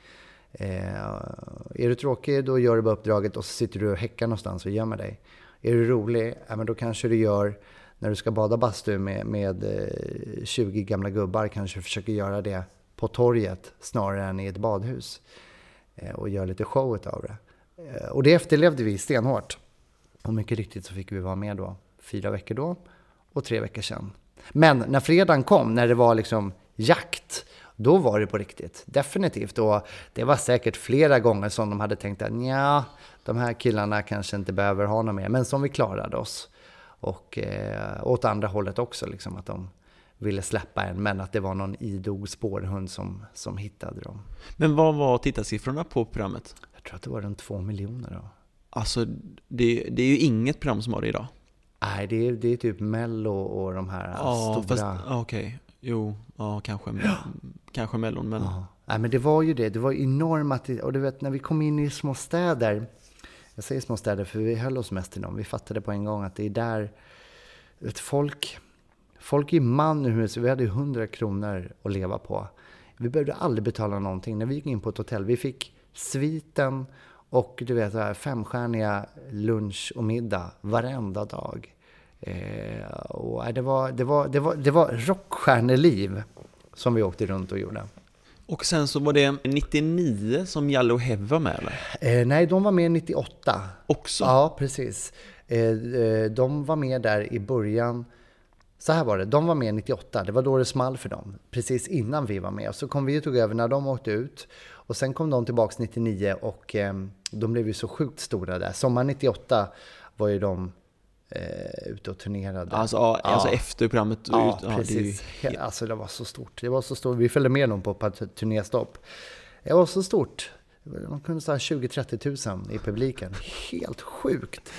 Är du tråkig, då gör du bara uppdraget och så sitter du och häckar någonstans och gömmer dig. Är du rolig, men då kanske du gör, när du ska bada bastu med 20 gamla gubbar, kanske du försöker göra det på torget snarare än i ett badhus. Och gör lite show av det. Och det efterlevde vi stenhårt. Och mycket riktigt så fick vi vara med då 4 veckor då och 3 veckor sedan. Men när fredagen kom, när det var liksom jakt, då var det på riktigt. Definitivt. Och det var säkert flera gånger som de hade tänkt att nja, de här killarna kanske inte behöver ha något mer. Men som vi klarade oss. Och åt andra hållet också, liksom, att de ville släppa en, men att det var någon idog spårhund som hittade dem. Men vad var tittarsiffrorna på programmet? Jag tror att det var runt 2 miljoner då. Alltså, det är ju inget program som har det idag. Nej, det är typ Mello och de här stora. Okej. Jo, kanske Mellon, men... Ja. Nej, men det var ju det. Det var enormt. Och du vet, när vi kom in i små städer. Jag säger små städer för vi höll oss mest i dem. Vi fattade på en gång att det är där ett folk i Mannerhus, vi hade 100 kronor att leva på. Vi behövde aldrig betala någonting. När vi gick in på ett hotell, vi fick sviten och du vet, 5-stjärniga lunch och middag varenda dag. Och det var rockstjärneliv som vi åkte runt och gjorde. Och sen så var det 99 som Jallo Hev var med, eller? Nej, de var med 98. Också? Ja, precis. De var med där i början. Så här var det, de var med 98. Det var då det small för dem. Precis innan vi var med. Och så kom vi och tog över när de åkte ut. Och sen kom de tillbaks 99 och de blev ju så sjukt stora där. Sommar 98 var ju de ute och turnerade. Alltså efter programmet. Ja, precis. Alltså det var så stort. Det var så stort. Vi följde med dem på turnéstopp. Det var så stort. De kunde säga 20-30 000 i publiken. Helt sjukt.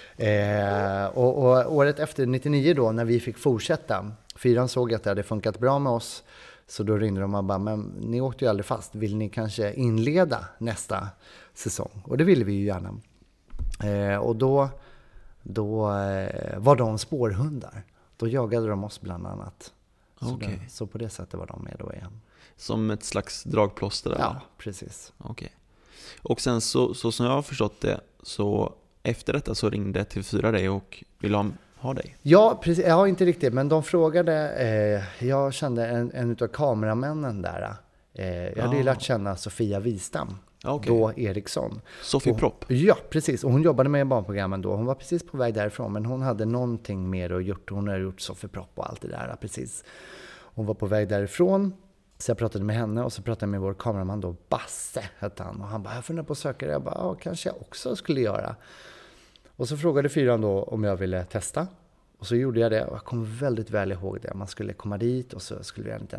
Och året efter 99 då, när vi fick fortsätta, 4 såg att det hade funkat bra med oss, så då ringde de och bara, men ni åkte ju aldrig fast, vill ni kanske inleda nästa säsong? Och det ville vi ju gärna. Och då var de spårhundar. Då jagade de oss bland annat. Okay. Så på det sättet var de med då igen. Som ett slags dragplåster? Ja, precis. Okay. Och sen så som jag har förstått det, så efter detta så ringde TV4 dig och ville ha dig. Ja, precis. Ja, inte riktigt. Men de frågade, jag kände en utav kameramännen där. Jag hade ju lärt känna Sofia Wistam. Okay. Då Eriksson. Sofie Propp. Ja, precis. Och hon jobbade med barnprogrammen då. Hon var precis på väg därifrån. Men hon hade någonting mer att gjort. Hon hade gjort Sofie Propp och allt det där. Precis. Hon var på väg därifrån. Så jag pratade med henne och så pratade jag med vår kameraman då. Basse hette han. Och han bara, jag funderar på att söka det. Jag bara, kanske jag också skulle göra. Och så frågade 4 då om jag ville testa. Och så gjorde jag det. Och jag kom väldigt väl ihåg det. Man skulle komma dit och så skulle vi göra en liten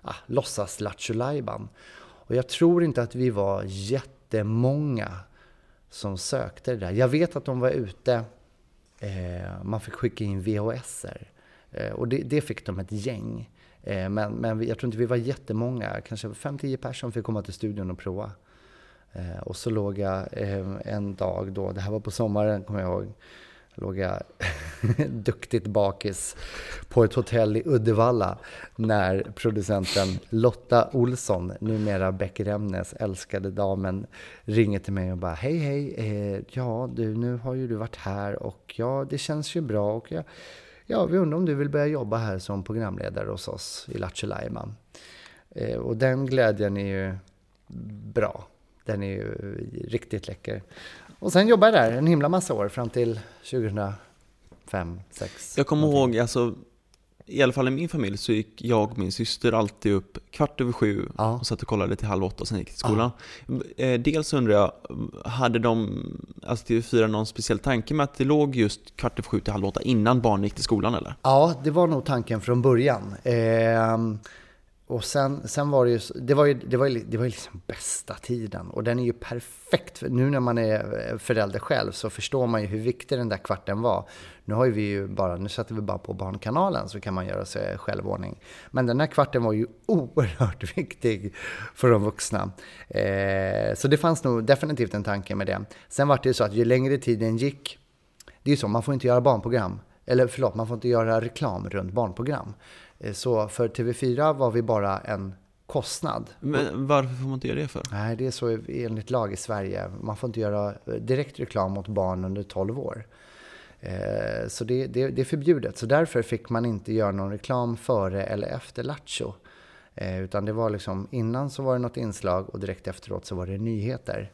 låtsas Lattjo Lajban. Och jag tror inte att vi var jättemånga som sökte det där. Jag vet att de var ute, man fick skicka in VHSer. Och det fick de ett gäng. Men jag tror inte vi var jättemånga. Kanske 5-10 personer fick komma till studion och prova. Och så låg jag en dag då, det här var på sommaren kommer jag ihåg, låg jag duktigt bakis på ett hotell i Uddevalla när producenten Lotta Olsson, numera Becker Remnes älskade damen, ringer till mig och bara hej, ja du, nu har ju du varit här och ja, det känns ju bra och vi undrar om du vill börja jobba här som programledare hos oss i Lattjo Lajban. Och den glädjen är ju bra. Den är ju riktigt läcker. Och sen jobbade jag där en himla massa år fram till 2005, 2006. Jag kommer ihåg, alltså, i alla fall i min familj så gick jag och min syster alltid upp 7:15 och satt och kollade till 7:30 och sen gick till skolan. Dels undrar jag, hade de, alltså TV4, någon speciell tanke med att det låg just 7:15 till 7:30 innan barn gick till skolan eller? Ja, det var nog tanken från början. Och sen var det ju, det var ju liksom bästa tiden. Och den är ju perfekt. Nu när man är förälder själv så förstår man ju hur viktig den där kvarten var. Nu sätter vi bara på Barnkanalen så kan man göra sig självordning. Men den här kvarten var ju oerhört viktig för de vuxna. Så det fanns nog definitivt en tanke med det. Sen var det ju så att ju längre tiden gick, det är ju så, man får inte göra barnprogram. Man får inte göra reklam runt barnprogram. Så för TV4 var vi bara en kostnad. Men varför får man inte göra det för? Nej, det är så enligt lag i Sverige. Man får inte göra direkt reklam mot barn under 12 år. Så det är förbjudet. Så därför fick man inte göra någon reklam före eller efter Lattjo. Utan det var liksom, innan så var det något inslag och direkt efteråt så var det nyheter.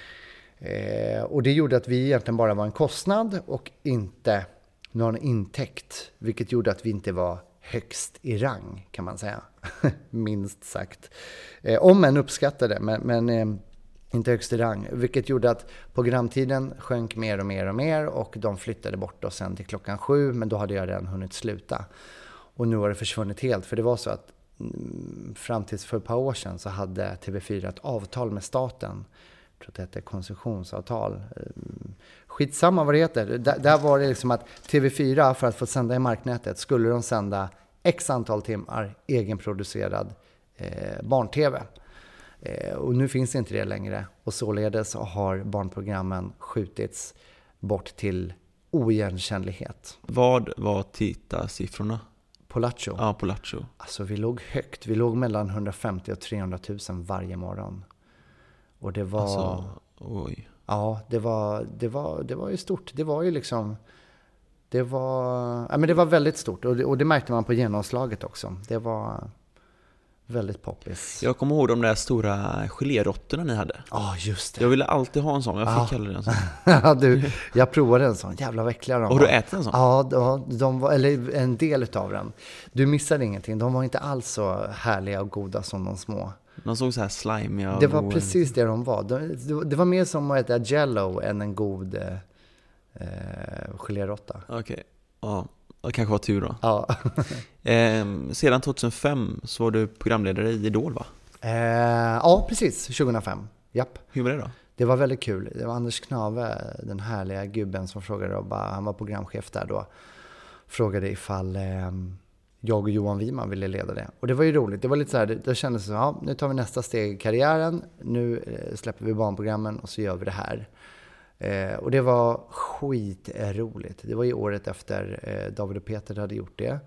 Och det gjorde att vi egentligen bara var en kostnad och inte någon intäkt. Vilket gjorde att vi inte var högst i rang kan man säga. Minst sagt. Om en uppskattade men inte högst i rang. Vilket gjorde att programtiden sjönk mer och mer och de flyttade bort oss sen till 7:00. Men då hade jag redan hunnit sluta. Och nu har det försvunnit helt. För det var så att fram tills för ett par år sedan så hade TV4 ett avtal med staten. Jag tror att det hette koncessionsavtal. Skitsamma vad det heter. Där var det liksom att TV4 för att få sända i marknätet skulle de sända x antal timmar egenproducerad barn-tv. Och nu finns inte det längre. Och således har barnprogrammen skjutits bort till oigenkännlighet. Vad var tittarsiffrorna? På Lattjo? Ja, på Lattjo. Alltså vi låg högt. Vi låg mellan 150 och 300 000 varje morgon. Och det var... Alltså, oj. Ja, det var ju stort. Det var ju liksom... Det var väldigt stort. Och det märkte man på genomslaget också. Det var väldigt poppis. Jag kommer ihåg de där stora gelérotterna ni hade. Ja, just det. Jag ville alltid ha en sån. Jag fick aldrig en sån. Ja, jag provade en sån. Jävla väckliga de. Och du äter en sån? Ja, de var, eller en del av den. Du missade ingenting. De var inte alls så härliga och goda som de små. De såg så här slimiga. Det var precis det de var. Det var mer som att äta Jello än en god gelérotta. Okej. Ja, det kanske var tur då. Ja. Sedan 2005 så var du programledare i Idol, va? Ja, precis. 2005. Japp. Hur var det då? Det var väldigt kul. Det var Anders Knave, den härliga gubben som frågade. Han var programchef där då. Frågade ifall jag och Johan Wiman ville leda det. Och det var ju roligt. Det var lite så här, det kändes så, ja, nu tar vi nästa steg i karriären. Nu släpper vi barnprogrammen och så gör vi det här. Och det var skitroligt. Det var ju året efter David och Peter hade gjort det.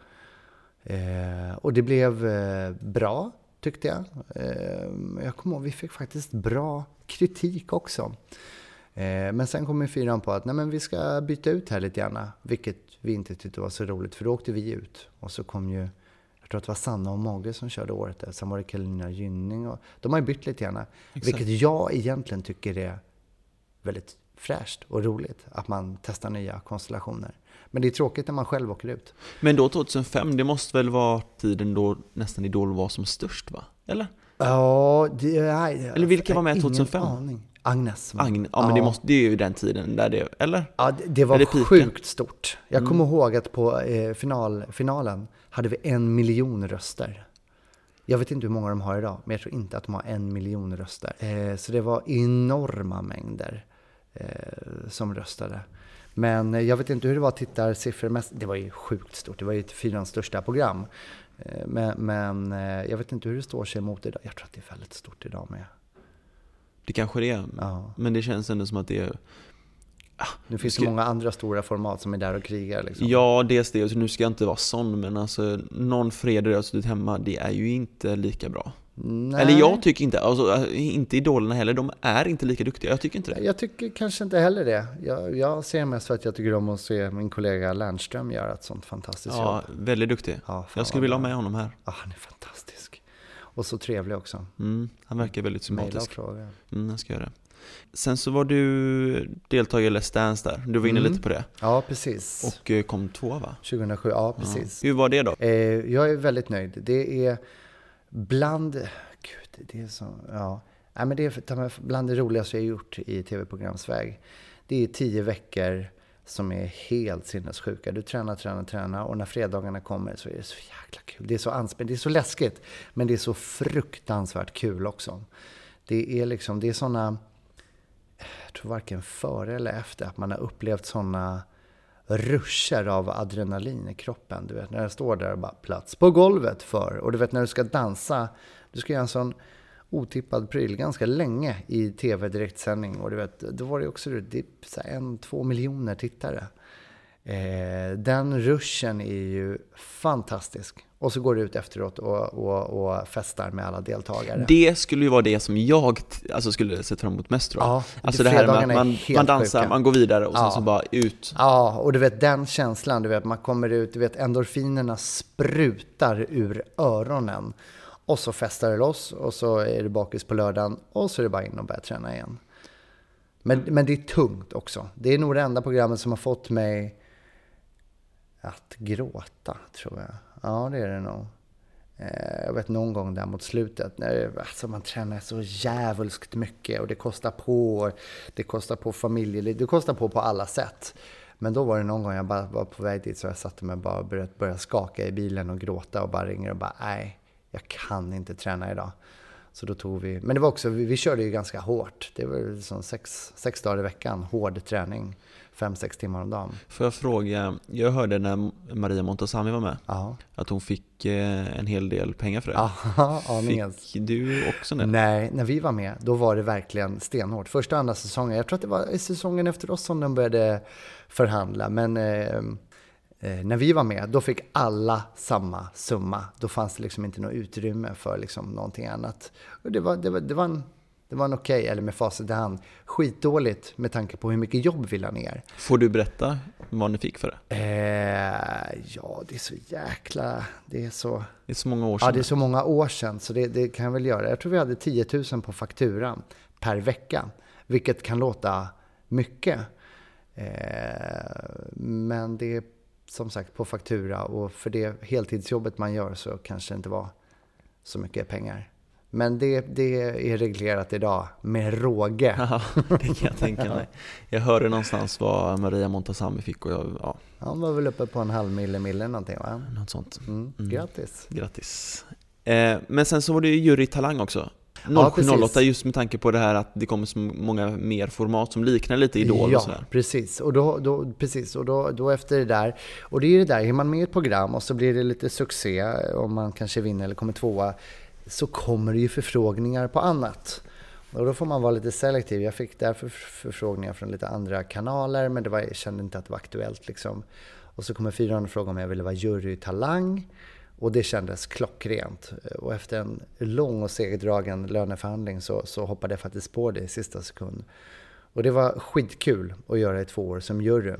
Och det blev bra, tyckte jag. Jag kommer ihåg, vi fick faktiskt bra kritik också. Men sen kom ju fyran på att nej, men vi ska byta ut här lite grann. Vilket vi inte tyckte var så roligt, för då åkte vi ut. Och så kom ju, jag tror att det var Sanna och Mogge som körde året där. Sen var det Carolina Gynning. Och de har ju bytt lite grann. Exakt. Vilket jag egentligen tycker är väldigt fräscht och roligt. Att man testar nya konstellationer. Men det är tråkigt när man själv åker ut. Men då 2005, det måste väl vara tiden då nästan Idol var som störst, va? Eller? Ja, eller vilka var med 2005? Ingen aning. Agnes. Ja, men det är ju den tiden där det, eller? Ja, det var sjukt stort. Jag kommer ihåg att på finalen hade vi 1 miljon röster. Jag vet inte hur många de har idag, men jag tror inte att de har 1 miljon röster. Så det var enorma mängder som röstade. Men jag vet inte hur det var tittarsiffror. Det var ju sjukt stort. Det var ju 4 största program. Men jag vet inte hur det står sig mot idag. Jag tror att det är väldigt stort idag med. Det kanske det är. Ja. Men det känns ändå som att det är... Nu finns det många andra stora format som är där och krigar. Liksom. Ja, dels det. Nu ska jag inte vara sån, men alltså någon fredag jag har suttit hemma, det är ju inte lika bra. Nej. Eller jag tycker inte, alltså inte idolerna heller, de är inte lika duktiga. Jag tycker inte det. Jag tycker kanske inte heller det. Jag ser mest för att jag tycker om att se min kollega Lernström göra ett sånt fantastiskt jobb. Ja, väldigt duktig. Ja, jag skulle vilja ha med honom här. Ja, han är fantastisk. Och så trevlig också. Han verkar väldigt sympatisk. Jag ska göra det. Sen så var du deltagare i Let's Dance där. Du var inne lite på det. Ja, precis. Och kom 2, va? 2007, ja precis. Ja. Hur var det då? Jag är väldigt nöjd. Det är bland... Gud, det är så... Ja. Nej, men det är bland det roligaste jag har gjort i tv-programsväg. Det är 10 veckor som är helt sinnessjuka. Du tränar och när fredagarna kommer så är det så jäkla kul. Det är så anspänt, det är så läskigt, men det är så fruktansvärt kul också. Det är såna... Jag tror varken före eller efter att man har upplevt såna ruscher av adrenalin i kroppen. Du vet, när jag står där och bara plats på golvet och du vet när du ska dansa, du ska göra en sån otippad pryl ganska länge i tv-direktsändning och du vet, då var det också 1-2 miljoner tittare. Den ruschen är ju fantastisk. Och så går du ut efteråt och festar med alla deltagare. Det skulle ju vara det som jag skulle se fram emot mest, tror jag. Ja, alltså det här med att man dansar, man går vidare och sen så bara ut. Ja, och du vet den känslan, du vet man kommer ut, du vet endorfinerna sprutar ur öronen. Och så festar det loss och så är det bakis på lördagen och så är det bara in och börja träna igen. Men det är tungt också. Det är nog det enda programmet som har fått mig att gråta, tror jag. Ja, det är det nog. Jag vet någon gång där mot slutet när man tränar så jävulskt mycket och det kostar på familjeliv, det kostar på alla sätt. Men då var det någon gång jag bara var på väg dit så jag satte mig bara och började skaka i bilen och gråta och bara ringer och bara nej, jag kan inte träna idag. Så då tog vi, men det var också, vi körde ju ganska hårt. Det var som 6 dagar i veckan, hård träning, 5-6 timmar om dagen. Får jag fråga, jag hörde när Maria Montazami var med, att hon fick en hel del pengar för det. Fick du också det? Nej, när vi var med, då var det verkligen stenhårt. Första och andra säsongen, jag tror att det var säsongen efter oss som de började förhandla, men... när vi var med, då fick alla samma summa. Då fanns det liksom inte något utrymme för liksom någonting annat. Och det var en okej, eller med facit i hand, skitdåligt med tanke på hur mycket jobb vi la ner. Får du berätta vad ni fick för det? Ja, det är så jäkla... Det är så många år sedan. Ja, det är så många år sedan, så det kan jag väl göra. Jag tror vi hade 10 000 på fakturan per vecka, vilket kan låta mycket. Men det är som sagt på faktura och för det heltidsjobbet man gör så kanske det inte var så mycket pengar. Men det är reglerat idag med råge. Ja, det kan jag tänka mig. Jag hörde någonstans vad Maria Montazami fick och ja. Han var väl uppe på 500 000 någonting, va? Något sånt. Grattis. Men sen så var det ju jurytalang också. 0708, just med tanke på det här att det kommer så många mer format som liknar lite Idol och sådär. Precis. Och då efter det där, och det är det där, är man med i ett program och så blir det lite succé om man kanske vinner eller kommer 2, så kommer det ju förfrågningar på annat. Och då får man vara lite selektiv. Jag fick därför förfrågningar från lite andra kanaler, men jag kände inte att det var aktuellt liksom. Och så kommer 400 fråga om jag ville vara jurytalang. Och det kändes klockrent. Och efter en lång och segdragen löneförhandling så hoppade jag faktiskt på det i sista sekund. Och det var skitkul att göra i 2 år som jury.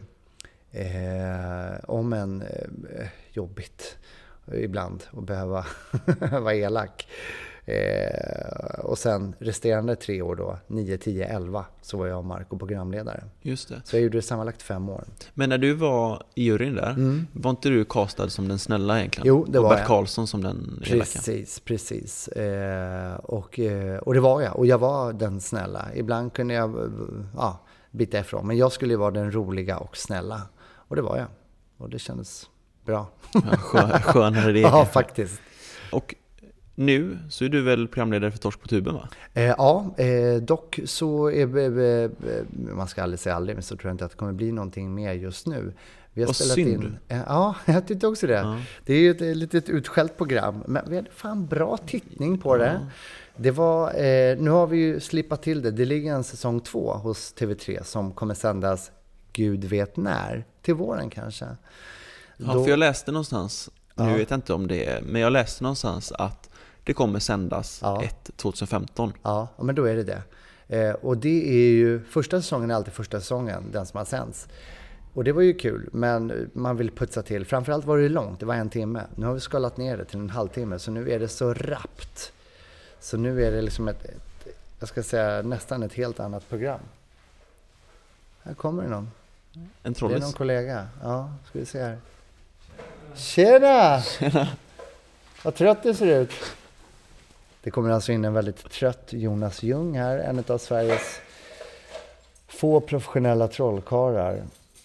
Om en jobbigt ibland att behöva vara elak. Och sen resterande 3 år då, 9, 10, 11, så var jag och Marco programledare. Just det. Så jag gjorde det sammanlagt 5 år. Men när du var i juryn där, var inte du castad som den snälla egentligen? Jo, det var Bert Karlsson som den elaka? Precis. Och det var jag. Och jag var den snälla. Ibland kunde jag bita ifrån. Men jag skulle ju vara den roliga och snälla. Och det var jag. Och det kändes bra. Ja, skönare det. Ja, faktiskt. Och Nu så är du väl programledare för Torsk på tuben, va? Dock så är man ska aldrig säga aldrig, men så tror jag inte att det kommer bli någonting mer just nu. Vi har Vad spelat synd. in. Ja, jag tyckte också det. Ja. Det är ju ett litet utskällt program, men vi hade fan bra tittning på det. Det var, nu har vi ju slippat till det. Det ligger en säsong 2 hos TV3 som kommer sändas Gud vet när. Till våren kanske. Ja, för jag läste någonstans, nu vet jag inte om det är, men jag läste någonstans att det kommer sändas 2015. Ja, men då är det det. Och det är ju, första säsongen är alltid första säsongen, den som har sänds. Och det var ju kul, men man vill putsa till. Framförallt var det långt, det var 1 timme. Nu har vi skalat ner det till en halvtimme, så nu är det så rappt. Så nu är det liksom jag ska säga nästan ett helt annat program. Här kommer det någon. En trollis. Det är någon kollega. Ja, ska vi se här. Tjena! Vad trött det ser ut. Det kommer alltså in en väldigt trött Jonas Ljung här. En av Sveriges få professionella trollkarlar.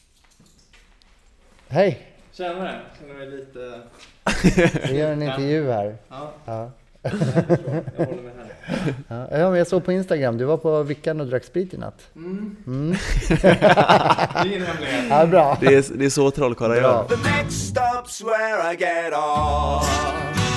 Hej! Känner mig lite... Vi gör en intervju här. Ja. Ja. Jag håller med här. Ja, men jag såg på Instagram. Du var på Vickan och drack sprit i natt. Det är ingen hemlighet. Ja, bra. Det är så trollkarlar gör. The next stop's where I get off.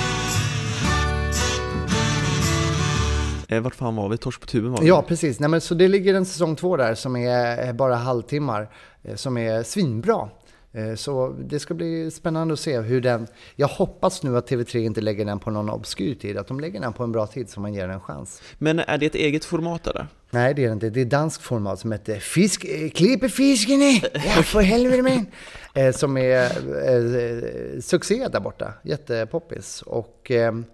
Vart fan var vi? Torsk på tuben var vi? Ja, precis. Nej, men så det ligger en säsong 2 där som är bara halvtimmar. Som är svinbra. Så det ska bli spännande att se hur den... Jag hoppas nu att TV3 inte lägger den på någon obskyr tid. Att de lägger den på en bra tid så man ger den en chans. Men är det ett eget format eller? Nej, det är det inte. Det är dansk format som heter Fisk... Klipper fisken i! Ja, för helvete min! Som är succé där borta. Jättepoppis. Och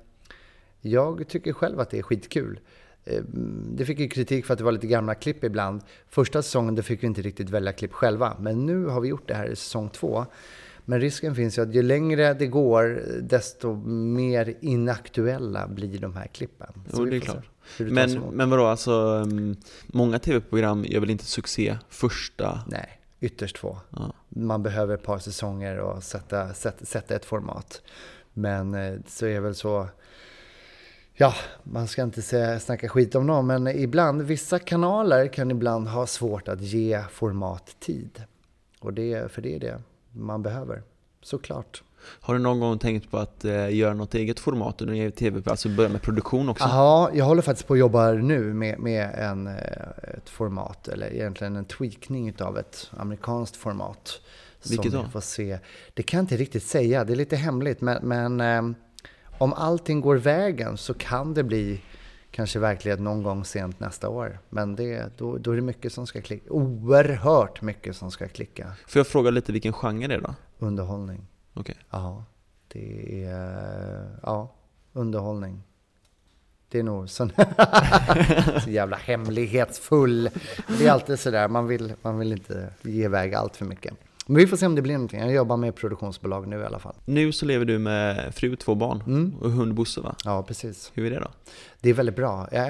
jag tycker själv att det är skitkul. Det fick ju kritik för att det var lite gamla klipp ibland. Första säsongen då fick vi inte riktigt välja klipp själva. Men nu har vi gjort det här i säsong 2. Men risken finns ju att ju längre det går desto mer inaktuella blir de här klippen. Så Jo, det är klart. Men vadå, alltså många tv-program gör väl inte succé första? Nej, ytterst få. Ja. Man behöver ett par säsonger och sätta ett format. Men så är väl så... Ja, man ska inte snacka skit om någon, men ibland, vissa kanaler kan ibland ha svårt att ge formattid. Och det är det man behöver, såklart. Har du någon gång tänkt på att göra något eget format under en tv, alltså börja med produktion också? Ja, jag håller faktiskt på att jobba nu med ett format, eller egentligen en tweakning av ett amerikanskt format. Vilket då? Får se. Det kan jag inte riktigt säga, det är lite hemligt, men om allting går vägen så kan det bli kanske verkligen någon gång sent nästa år. Men då är det mycket som ska klicka. Oerhört mycket som ska klicka. Får jag fråga lite vilken genre det är då? Underhållning. Okej. Ja, det är... Ja, underhållning. Det är nog så jävla hemlighetsfull. Det är alltid sådär, man vill inte ge iväg allt för mycket. Men vi får se om det blir någonting. Jag jobbar med produktionsbolag nu i alla fall. Nu så lever du med fru, 2 barn och hund Bosse, va? Ja, precis. Hur är det då? Det är väldigt bra. Jag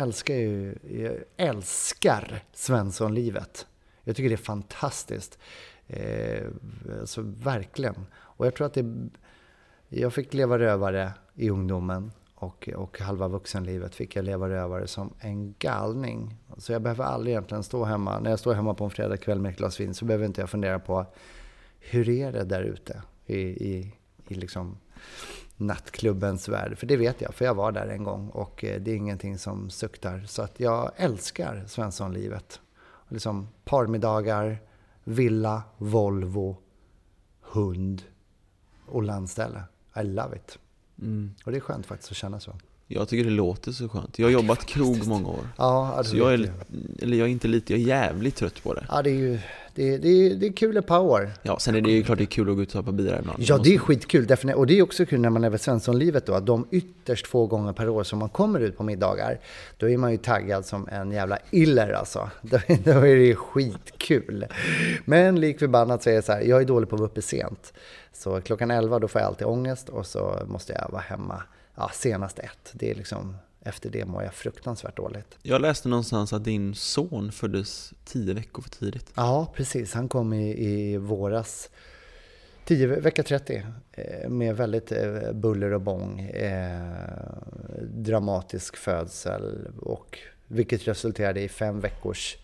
älskar Svenssonlivet. Jag tycker det är fantastiskt. Alltså verkligen. Och jag tror att jag fick leva rövare i ungdomen. Och halva vuxenlivet fick jag leva rövare som en galning. Så jag behöver aldrig egentligen stå hemma. När jag står hemma på en fredag kväll med ett glas vin så behöver inte jag fundera på hur är det där ute i liksom nattklubbens värld. För det vet jag, för jag var där en gång och det är ingenting som suktar. Så att jag älskar Svenssonlivet. Liksom parmiddagar, villa, Volvo, hund och landställe. I love it. Och det är skönt faktiskt att känna så. Jag tycker det låter så skönt. Jag har jobbat krog många år. Ja, så jag är jävligt trött på det. Ja, det är kul ett par år. Ja, sen är det ju klart det är kul att gå ut och ta på bilar ibland. Ja, det är skitkul. Definitivt. Och det är också kul när man är vid Svenssonlivet då. Att de ytterst få gånger per år som man kommer ut på middagar, då är man ju taggad som en jävla iller alltså. Då är det skitkul. Men lik förbannat så är det så här, jag är dålig på att vara uppe sent. Så klockan 11 då får jag alltid ångest och så måste jag vara hemma senast 1. Det är liksom, efter det mår jag fruktansvärt dåligt. Jag läste någonstans att din son föddes 10 veckor för tidigt. Ja, precis. Han kom i våras, vecka 30, med väldigt buller och bång. dramatisk födsel, och vilket resulterade i 5 veckors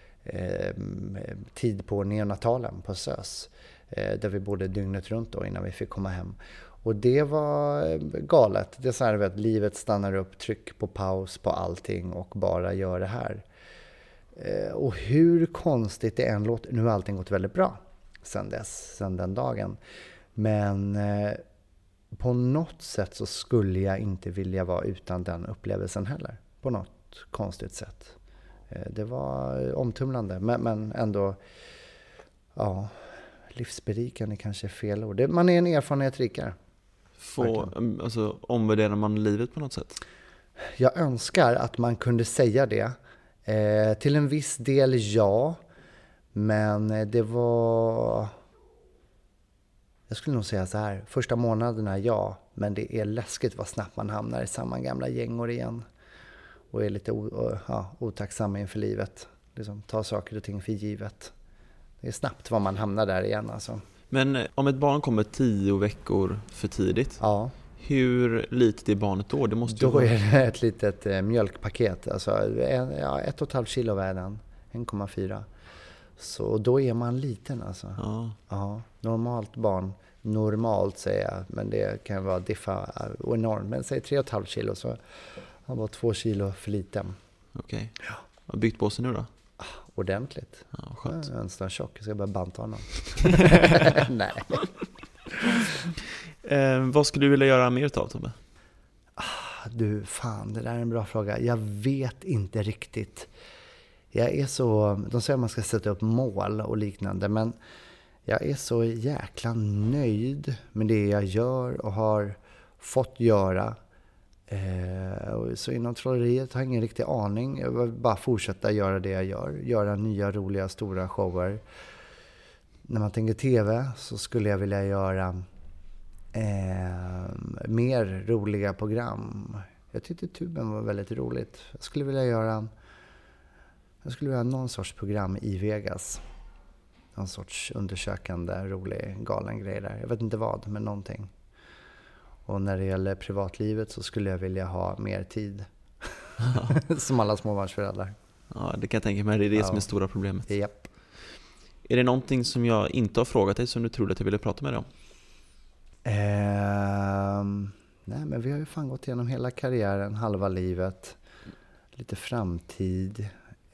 tid på neonatalen på SÖS, där vi bodde dygnet runt då innan vi fick komma hem. Och det var galet. Det är så här att livet stannar upp, tryck på paus på allting och bara gör det här. Och hur konstigt det än låter, nu har allting gått väldigt bra sen den dagen. Men på något sätt så skulle jag inte vilja vara utan den upplevelsen heller. På något konstigt sätt. Det var omtumlande, men ändå, ja, livsberikande kanske är fel ord. Man är en erfarenhet rikare. Alltså, omvärderar man livet på något sätt? Jag önskar att man kunde säga det. Till en viss del ja, men det var... Jag skulle nog säga så här, första månaderna ja, men det är läskigt vad snabbt man hamnar i samma gamla gängor igen. Och är lite otacksam inför livet. Liksom, ta saker och ting för givet. Det är snabbt vad man hamnar där igen alltså. Men om ett barn kommer 10 veckor för tidigt, ja. Hur litet är barnet då? Det måste då är det ett litet mjölkpaket. Alltså 1,5 kilo väger den, 1,4. Så då är man liten alltså. Ja, normalt barn, normalt säger jag, men det kan vara diffa enormt. Men säg 3,5 kilo, så han var 2 kilo för liten. Okej. Ja. Har byggt på sig nu då? Ordentligt. Ja, skönt. Jag är en sån tjock, jag ska bara banta honom. Nej. Vad skulle du vilja göra mer utav, Tobbe? Du, fan, det där är en bra fråga. Jag vet inte riktigt. Jag är så... De säger att man ska sätta upp mål och liknande, men jag är så jäkla nöjd med det jag gör och har fått göra. Så inom trolleriet har jag ingen riktig aning. Jag vill bara fortsätta göra det jag gör. Göra nya, roliga, stora shower. När man tänker tv så skulle jag vilja göra mer roliga program. Jag tyckte Tuben var väldigt roligt. Jag skulle vilja göra någon sorts program i Vegas. Någon sorts undersökande, rolig, galen grej där. Jag vet inte vad, men någonting. Och när det gäller privatlivet så skulle jag vilja ha mer tid. Som alla småbarnsföräldrar. Ja, det kan jag tänka mig. Det är det som är stora problemet. Japp. Är det någonting som jag inte har frågat dig som du trodde att jag ville prata med dig om? Nej, men vi har ju fan gått igenom hela karriären, halva livet. Lite framtid.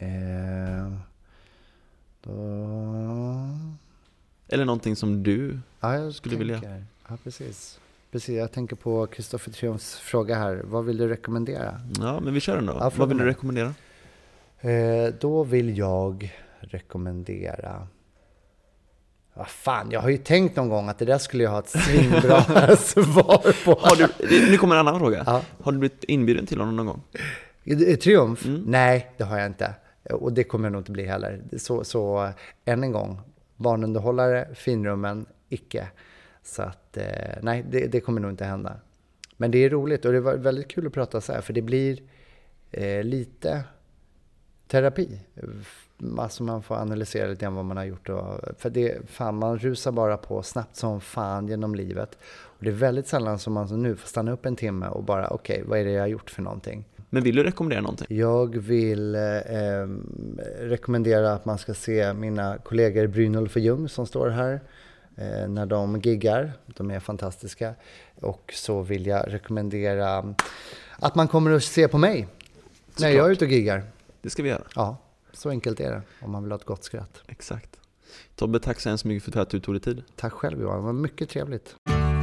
Eller någonting som du skulle vilja... Ja, precis. Jag tänker på Kristoffer Triumfs fråga här. Vad vill du rekommendera? Ja, men vi kör den då. Ja, vad vill du rekommendera? Då vill jag rekommendera... Fan, jag har ju tänkt någon gång att det där skulle jag ha ett svinbra svar på. Nu kommer en annan fråga. Ja. Har du blivit inbjuden till honom någon gång? Triumf? Nej, det har jag inte. Och det kommer jag nog inte bli heller. Så än en gång, barnunderhållare, finrummen, icke. Så att, nej, det kommer nog inte hända. Men det är roligt och det var väldigt kul att prata så här. För det blir lite terapi. Alltså man får analysera lite grann vad man har gjort. För man rusar bara på snabbt som fan genom livet. Och det är väldigt sällan som man nu får stanna upp en timme och bara okej, vad är det jag har gjort för någonting? Men vill du rekommendera någonting? Jag vill rekommendera att man ska se mina kollegor Brynolf och Ljung som står här när de giggar. De är fantastiska. Och så vill jag rekommendera att man kommer att se på mig när jag är ute och giggar. Det ska vi göra. Ja, så enkelt är det om man vill ha ett gott skratt. Exakt. Tobbe, tack så hemskt mycket för att du tog dig tid. Tack själv Johan, det var mycket trevligt.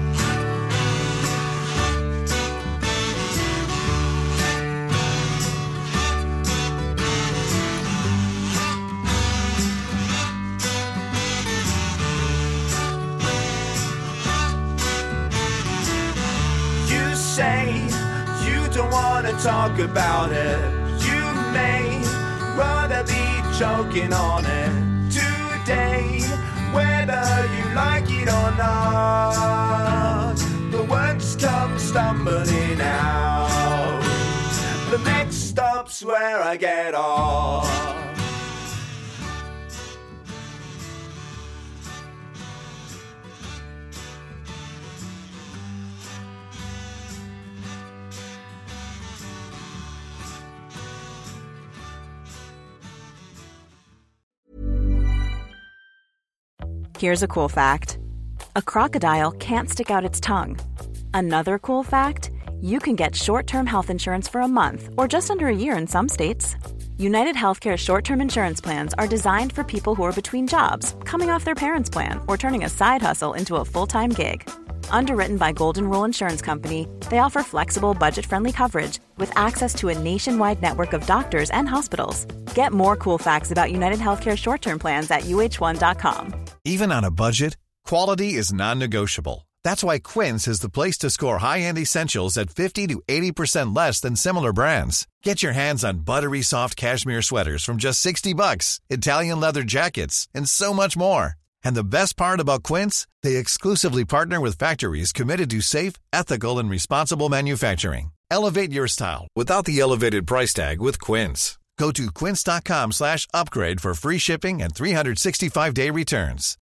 Say you don't want to talk about it. You may rather be choking on it today, whether you like it or not. The words come stumbling out. The next stop's where I get off. Here's a cool fact. A crocodile can't stick out its tongue. Another cool fact, you can get short-term health insurance for a month or just under a year in some states. United Healthcare short-term insurance plans are designed for people who are between jobs, coming off their parents' plan, or turning a side hustle into a full-time gig. Underwritten by Golden Rule Insurance Company, they offer flexible, budget-friendly coverage with access to a nationwide network of doctors and hospitals. Get more cool facts about United Healthcare short-term plans at uh1.com. Even on a budget, quality is non-negotiable. That's why Quince is the place to score high-end essentials at 50 to 80% less than similar brands. Get your hands on buttery soft cashmere sweaters from just $60, Italian leather jackets, and so much more. And the best part about Quince, they exclusively partner with factories committed to safe, ethical, and responsible manufacturing. Elevate your style without the elevated price tag with Quince. Go to quince.com/upgrade for free shipping and 365-day returns.